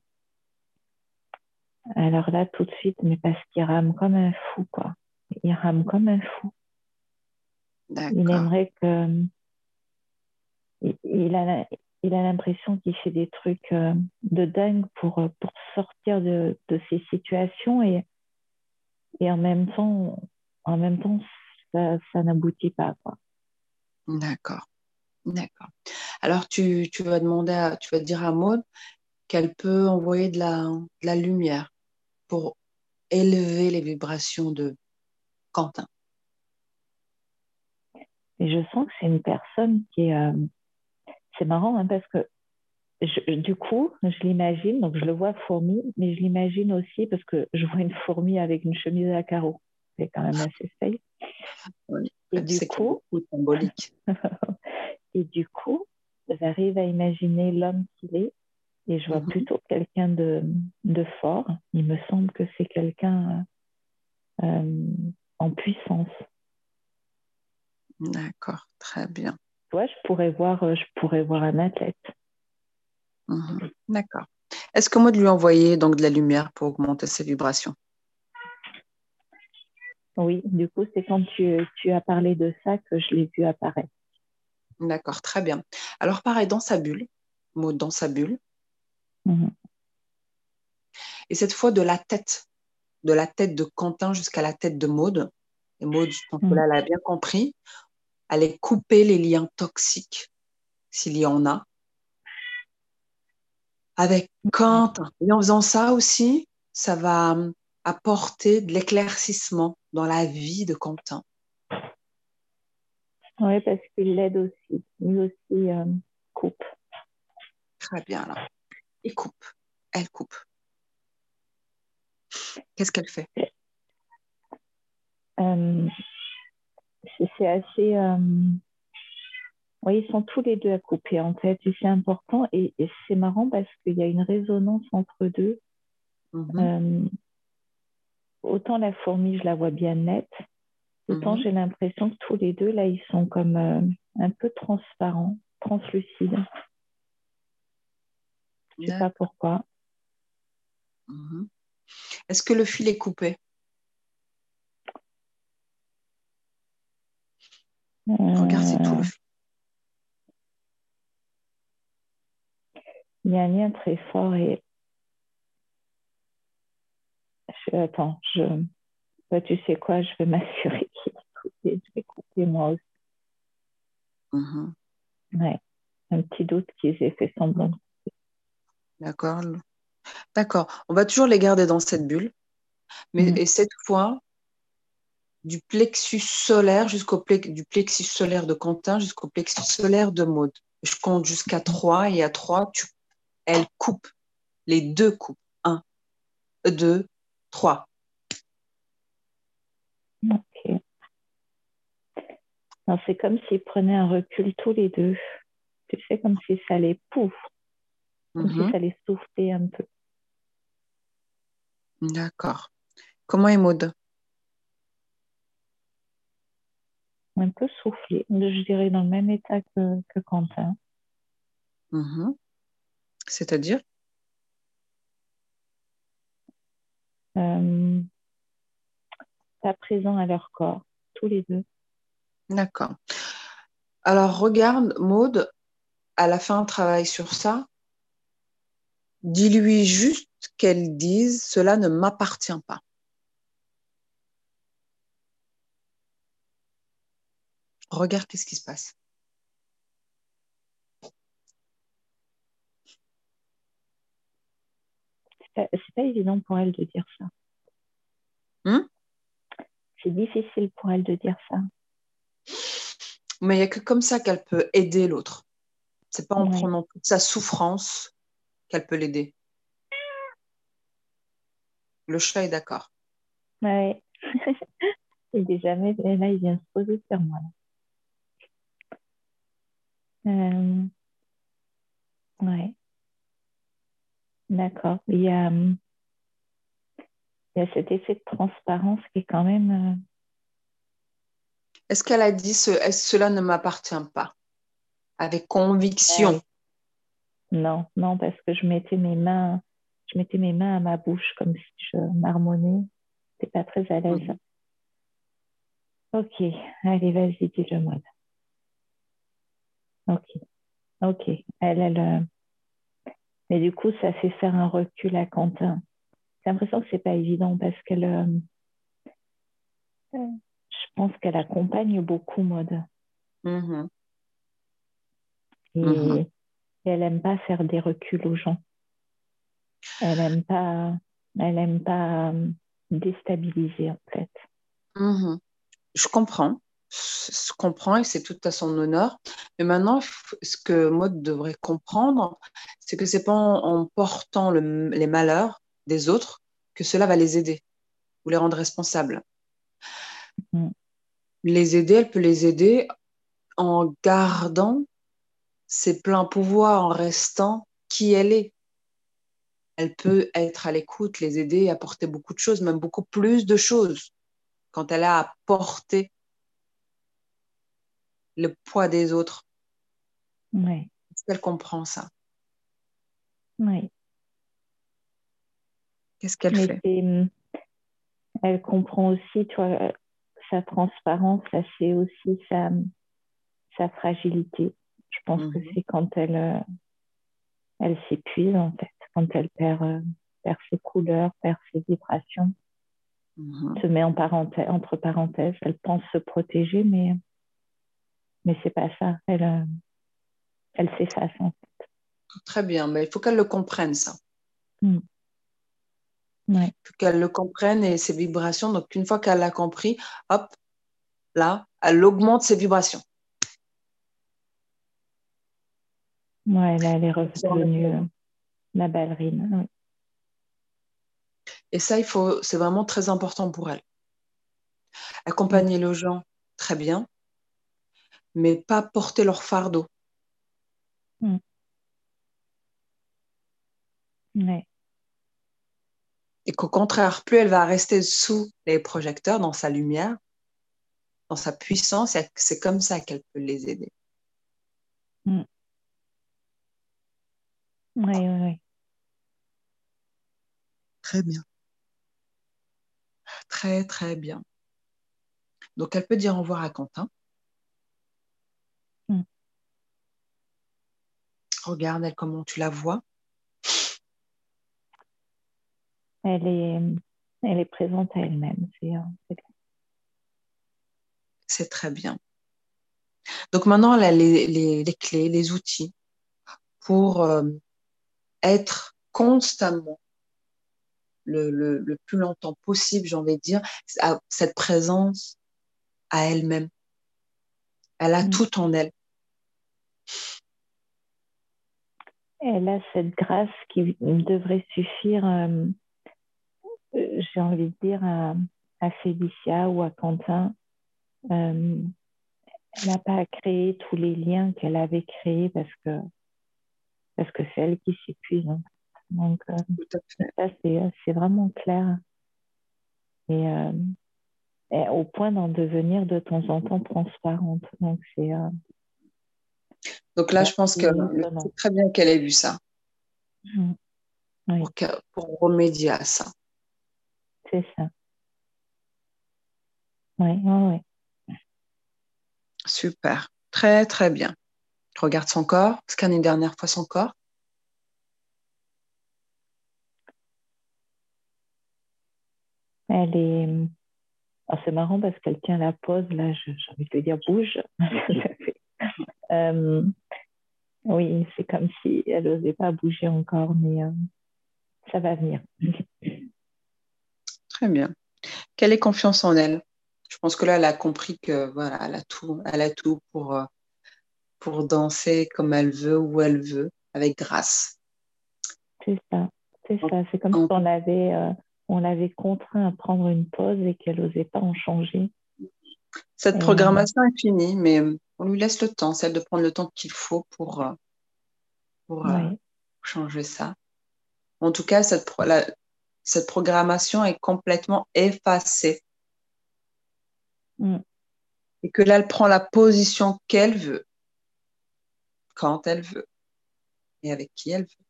B: Alors là, tout de suite, mais parce qu'il rame comme un fou, quoi. Il rame comme un fou. Il
A: D'accord.
B: aimerait que. Il, il a, il a l'impression qu'il fait des trucs euh, de dingue pour, euh, pour sortir de, de ces situations et, et en même temps, en même temps, ça, ça n'aboutit pas, quoi.
A: D'accord. D'accord. Alors, tu, tu vas demander à, tu vas dire à Maud qu'elle peut envoyer de la, de la lumière pour élever les vibrations de Quentin.
B: Et je sens que c'est une personne qui est. Euh, c'est marrant, hein, parce que je, du coup, je l'imagine, donc je le vois fourmi, mais je l'imagine aussi parce que je vois une fourmi avec une chemise à carreaux. C'est quand même assez safe.
A: Oui.
B: Et
A: Tu
B: du
A: sais qu'il y a
B: coup,
A: beaucoup de symbolique.
B: et du coup, j'arrive à imaginer l'homme qu'il est et je vois
A: Mhm.
B: plutôt quelqu'un de, de fort. Il me semble que c'est quelqu'un euh, en puissance.
A: D'accord, très bien.
B: Tu vois, je pourrais voir, je pourrais voir un athlète.
A: Mhm. D'accord. Est-ce que moi de lui envoyer donc de la lumière pour augmenter ses vibrations?
B: Oui, du coup, c'est quand tu, tu as parlé de ça que je l'ai vu apparaître.
A: D'accord, très bien. Alors pareil, dans sa bulle, Maud dans sa bulle,
B: Mhm.
A: et cette fois de la tête, de la tête de Quentin jusqu'à la tête de Maud. Et Maud, je pense que
B: Mhm.
A: là, elle a bien compris. Allez couper les liens toxiques, s'il y en a, avec
B: Ouais.
A: Quentin. Et en faisant ça aussi, ça va hum, apporter de l'éclaircissement dans la vie de Quentin.
B: Oui, parce qu'il l'aide aussi. Lui aussi euh, coupe.
A: Très bien, là. Il coupe. Elle coupe. Qu'est-ce qu'elle fait?
B: Euh, c'est assez. Euh, oui, ils sont tous les deux à couper en fait. Et c'est important. Et, et c'est marrant parce qu'il y a une résonance entre deux.
A: Mhm,
B: Euh, autant la fourmi, je la vois bien nette. Autant
A: mhm.
B: j'ai l'impression que tous les deux, là, ils sont comme euh, un peu transparents, translucides. Je sais pas
A: D'accord.
B: pourquoi.
A: Mhm. Est-ce que le fil est coupé? Regarde si tout le
B: Euh,
A: fil.
B: il y a un lien très fort et je, attends, je, bah, tu sais quoi, je vais m'assurer qu'il est coupé. Je vais couper moi aussi.
A: Mhm.
B: Ouais. Un petit doute qu'ils aient fait semblant.
A: D'accord. D'accord. On va toujours les garder dans cette bulle, mais
B: Mm.
A: et cette fois, du plexus solaire jusqu'au plex- du plexus solaire de Quentin jusqu'au plexus solaire de Maud. Je compte jusqu'à trois et à trois, tu, elle coupe. Les deux coupent. Un, deux, trois.
B: Ok. Non, c'est comme s'ils prenaient un recul tous les deux. Tu sais, comme si ça les pouf, comme si
A: Mhm.
B: ça les soufflait un peu.
A: D'accord. Comment est Maud?
B: Un peu soufflé. Je dirais dans le même état que, que Quentin.
A: Mhm. C'est-à-dire?
B: Euh, pas présent à leur corps, tous les deux.
A: D'accord. Alors, regarde, Maud, à la fin, travaille sur ça. Dis-lui juste qu'elle dise, cela ne m'appartient pas. Regarde qu'est-ce qui se passe.
B: C'est pas, c'est pas évident pour elle de dire ça.
A: Hmm.
B: C'est difficile pour elle de dire ça.
A: Mais il n'y a que comme ça qu'elle peut aider l'autre. C'est pas en
B: Ouais.
A: prenant toute sa souffrance qu'elle peut l'aider. Le chat est d'accord.
B: Ouais. Il est jamais, et là, il vient se poser sur moi. Euh, ouais, d'accord. Il y a, hum, il y a cet effet de transparence qui est quand même. euh,
A: Est-ce qu'elle a dit ce, est-ce cela ne m'appartient pas? Avec
B: euh,
A: conviction.
B: non, non, parce que je mettais mes mains, je mettais mes mains à ma bouche comme si je marmonnais. T'es pas très à l'aise.
A: Mhm.
B: Ok, allez, vas-y, dis-le moi. Ok, ok. Elle, elle, euh, mais du coup, ça fait faire un recul à Quentin. J'ai l'impression que c'est pas évident parce qu'elle, euh, je pense qu'elle accompagne beaucoup Maud
A: Mhm. Mhm.
B: et, et elle aime pas faire des reculs aux gens. Elle aime pas, elle aime pas euh, déstabiliser en fait.
A: Mhm. Je comprends. Je comprends et c'est tout à son honneur. Mais maintenant, f- ce que Maud devrait comprendre, c'est que c'est pas en, en portant le- les malheurs des autres que cela va les aider ou les rendre responsables.
B: Mm.
A: Les aider, elle peut les aider en gardant ses pleins pouvoirs, en restant qui elle est. Elle peut être à l'écoute, les aider, apporter beaucoup de choses, même beaucoup plus de choses quand elle a à porter le poids des autres.
B: Ouais,
A: Est-ce qu'elle comprend ça?
B: ouais.
A: Qu'est-ce qu'elle
B: Mais
A: fait?
B: c'est, hum, elle comprend aussi, tu vois, euh, sa transparence, ça c'est aussi sa, sa fragilité. Je pense que
A: Mhm,
B: c'est quand elle, euh, elle s'épuise en fait, quand elle perd, euh, perd ses couleurs, perd ses vibrations,
A: mhm.
B: se met en parenthèse, entre parenthèses. Elle pense se protéger, mais mais c'est pas ça. Elle, euh, elle s'efface en fait.
A: Très bien, mais il faut qu'elle le comprenne, ça.
B: Mm. Ouais,
A: Il faut qu'elle le comprenne et ses vibrations. Donc, une fois qu'elle l'a compris, hop, là, elle augmente ses vibrations.
B: ouais, là elle est redevenue euh, la ballerine. Ouais.
A: Et ça, il faut, c'est vraiment très important pour elle.
B: Mm.
A: Accompagner les gens, très bien, mais pas porter leur fardeau.
B: Mm. Ouais,
A: Et qu'au contraire, plus elle va rester sous les projecteurs, dans sa lumière, dans sa puissance, c'est comme ça qu'elle peut les aider.
B: mm. Ouais, ouais, ouais.
A: Très bien. Très, très bien. Donc, elle peut dire au revoir à Quentin.
B: Mm.
A: Regarde, elle, comment tu la vois.
B: Elle est, elle est présente à elle-même. C'est, euh, c'est
A: C'est très bien. Donc, maintenant, elle a les, les, les clés, les outils pour euh, être constamment, le, le, le plus longtemps possible, j'ai envie de dire, à cette présence à elle-même. Elle a
B: mm.
A: tout en elle.
B: Elle a cette grâce qui devrait suffire, euh, euh, j'ai envie de dire, à, à Félicia ou à Quentin. Euh, elle n'a pas à créer tous les liens qu'elle avait créés parce que parce que c'est elle qui s'épuise. Hein. Donc, euh,
A: Tout à fait.
B: ça, c'est, c'est vraiment clair. Et, euh, et au point d'en devenir de temps en temps transparente. Donc, c'est euh,
A: Donc là,
B: c'est
A: je pense que
B: assez
A: le-
B: étonnant.
A: c'est très bien qu'elle ait vu ça
B: Mm. Oui,
A: pour, que, pour remédier à ça.
B: c'est ça. Oui, oui, oui.
A: Super. Très, très bien. Regarde son corps. Scanne une dernière fois son corps.
B: Elle est. Alors, c'est marrant parce qu'elle tient la pose, là, je- j'ai envie de lui dire bouge. Euh, oui, c'est comme si elle n'osait pas bouger encore, mais euh, ça va venir.
A: Très bien. Quelle est confiance en elle? Je pense que là, elle a compris que voilà, elle a tout, elle a tout pour, euh, pour danser comme elle veut, où elle veut, avec grâce.
B: C'est ça, c'est
A: En-
B: ça. C'est comme si
A: en-
B: on l'avait, euh, on l'avait contraint à prendre une pause et qu'elle n'osait pas en changer.
A: Cette
B: Et euh,
A: programmation est finie, mais euh, on lui laisse le temps, celle de prendre le temps qu'il faut pour, euh, pour euh,
B: ouais,
A: changer ça. En tout cas, cette, pro- la- cette programmation est complètement effacée
B: mm,
A: et que là, elle prend la position qu'elle veut, quand elle veut et avec qui elle veut.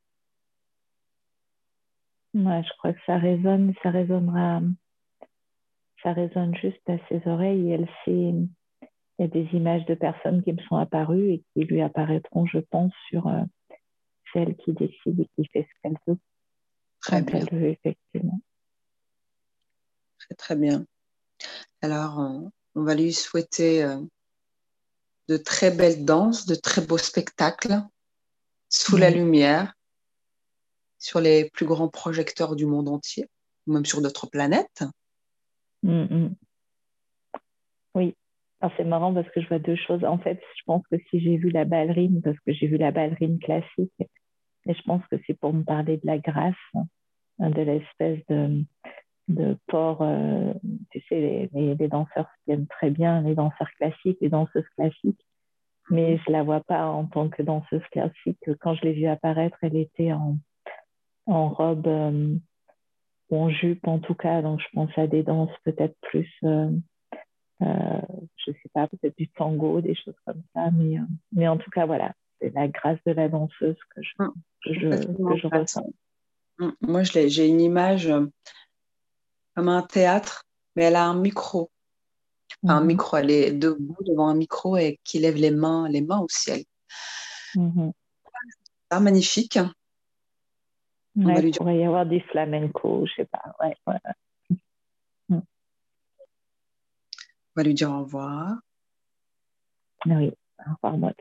B: ouais, je crois que ça résonne, ça résonnera, ça résonne juste à ses oreilles. Et elle sait, il y a des images de personnes qui me sont apparues et qui lui apparaîtront, je pense, sur euh, celle qui décide et qui fait ce qu'elle veut
A: Très
B: quand
A: bien,
B: elle veut, effectivement.
A: très très bien. Alors, on, on va lui souhaiter euh, de très belles danses, de très beaux spectacles sous la
B: Oui.
A: lumière, sur les plus grands projecteurs du monde entier, ou même sur d'autres planètes.
B: Mm, mm. Oui. Alors, c'est marrant parce que je vois deux choses. En fait, je pense que si j'ai vu la ballerine, parce que j'ai vu la ballerine classique, et je pense que c'est pour me parler de la grâce, hein, de l'espèce de, de port. Euh, tu sais, les, les, les danseurs tiennent très bien, les danseurs classiques, les danseuses classiques, mais je la vois pas en tant que danseuse classique. Quand je l'ai vue apparaître, elle était en, en robe euh, ou en jupe en tout cas, donc je pense à des danses peut-être plus, euh, euh, je sais pas, peut-être du tango, des choses comme ça, mais, euh, mais en tout cas voilà, c'est la grâce de la danseuse que je,
A: Hum,
B: que je, que
A: Complètement
B: je
A: grâce.
B: ressens.
A: Hum, Moi, je l'ai- j'ai une image euh, comme un théâtre, mais elle a un micro. Enfin, un
B: Mhm,
A: micro, elle est debout devant un micro et qui lève les mains, les mains au ciel.
B: mhm.
A: Ah, magnifique. On va
B: Ouais,
A: lui dire,
B: pourrait y avoir du flamenco, je sais pas. Ouais, ouais. Mm.
A: on va lui dire au revoir.
B: Oui, au revoir, moi.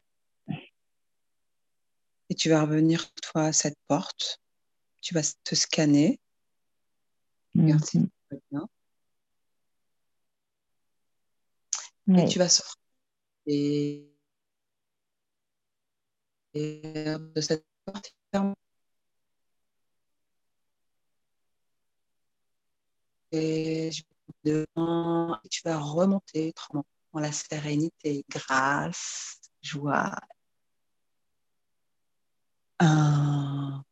A: Et tu vas revenir, toi, à cette porte. Tu vas te scanner. Regarde si tout
B: Mhm.
A: va bien. Et
B: Oui,
A: tu vas sortir de cette porte. Et je vais devant, et tu vas remonter tranquillement dans la sérénité, grâce, joie. Un,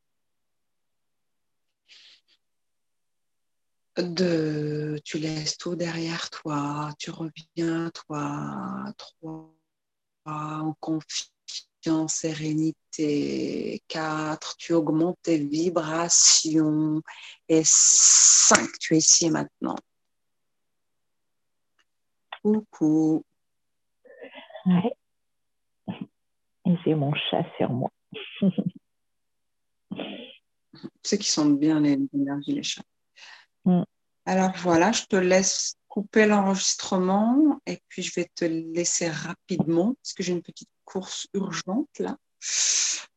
A: deux, tu laisses tout derrière toi, tu reviens à toi, trois, en confiance, sérénité, quatre, tu augmentes tes vibrations, et cinq, tu es ici et maintenant. Coucou.
B: ouais. Et j'ai mon chat sur moi.
A: Tu sais qu'ils sentent bien les énergies, les chats.
B: Mm.
A: Alors voilà, je te laisse couper l'enregistrement et puis je vais te laisser rapidement parce que j'ai une petite course urgente là.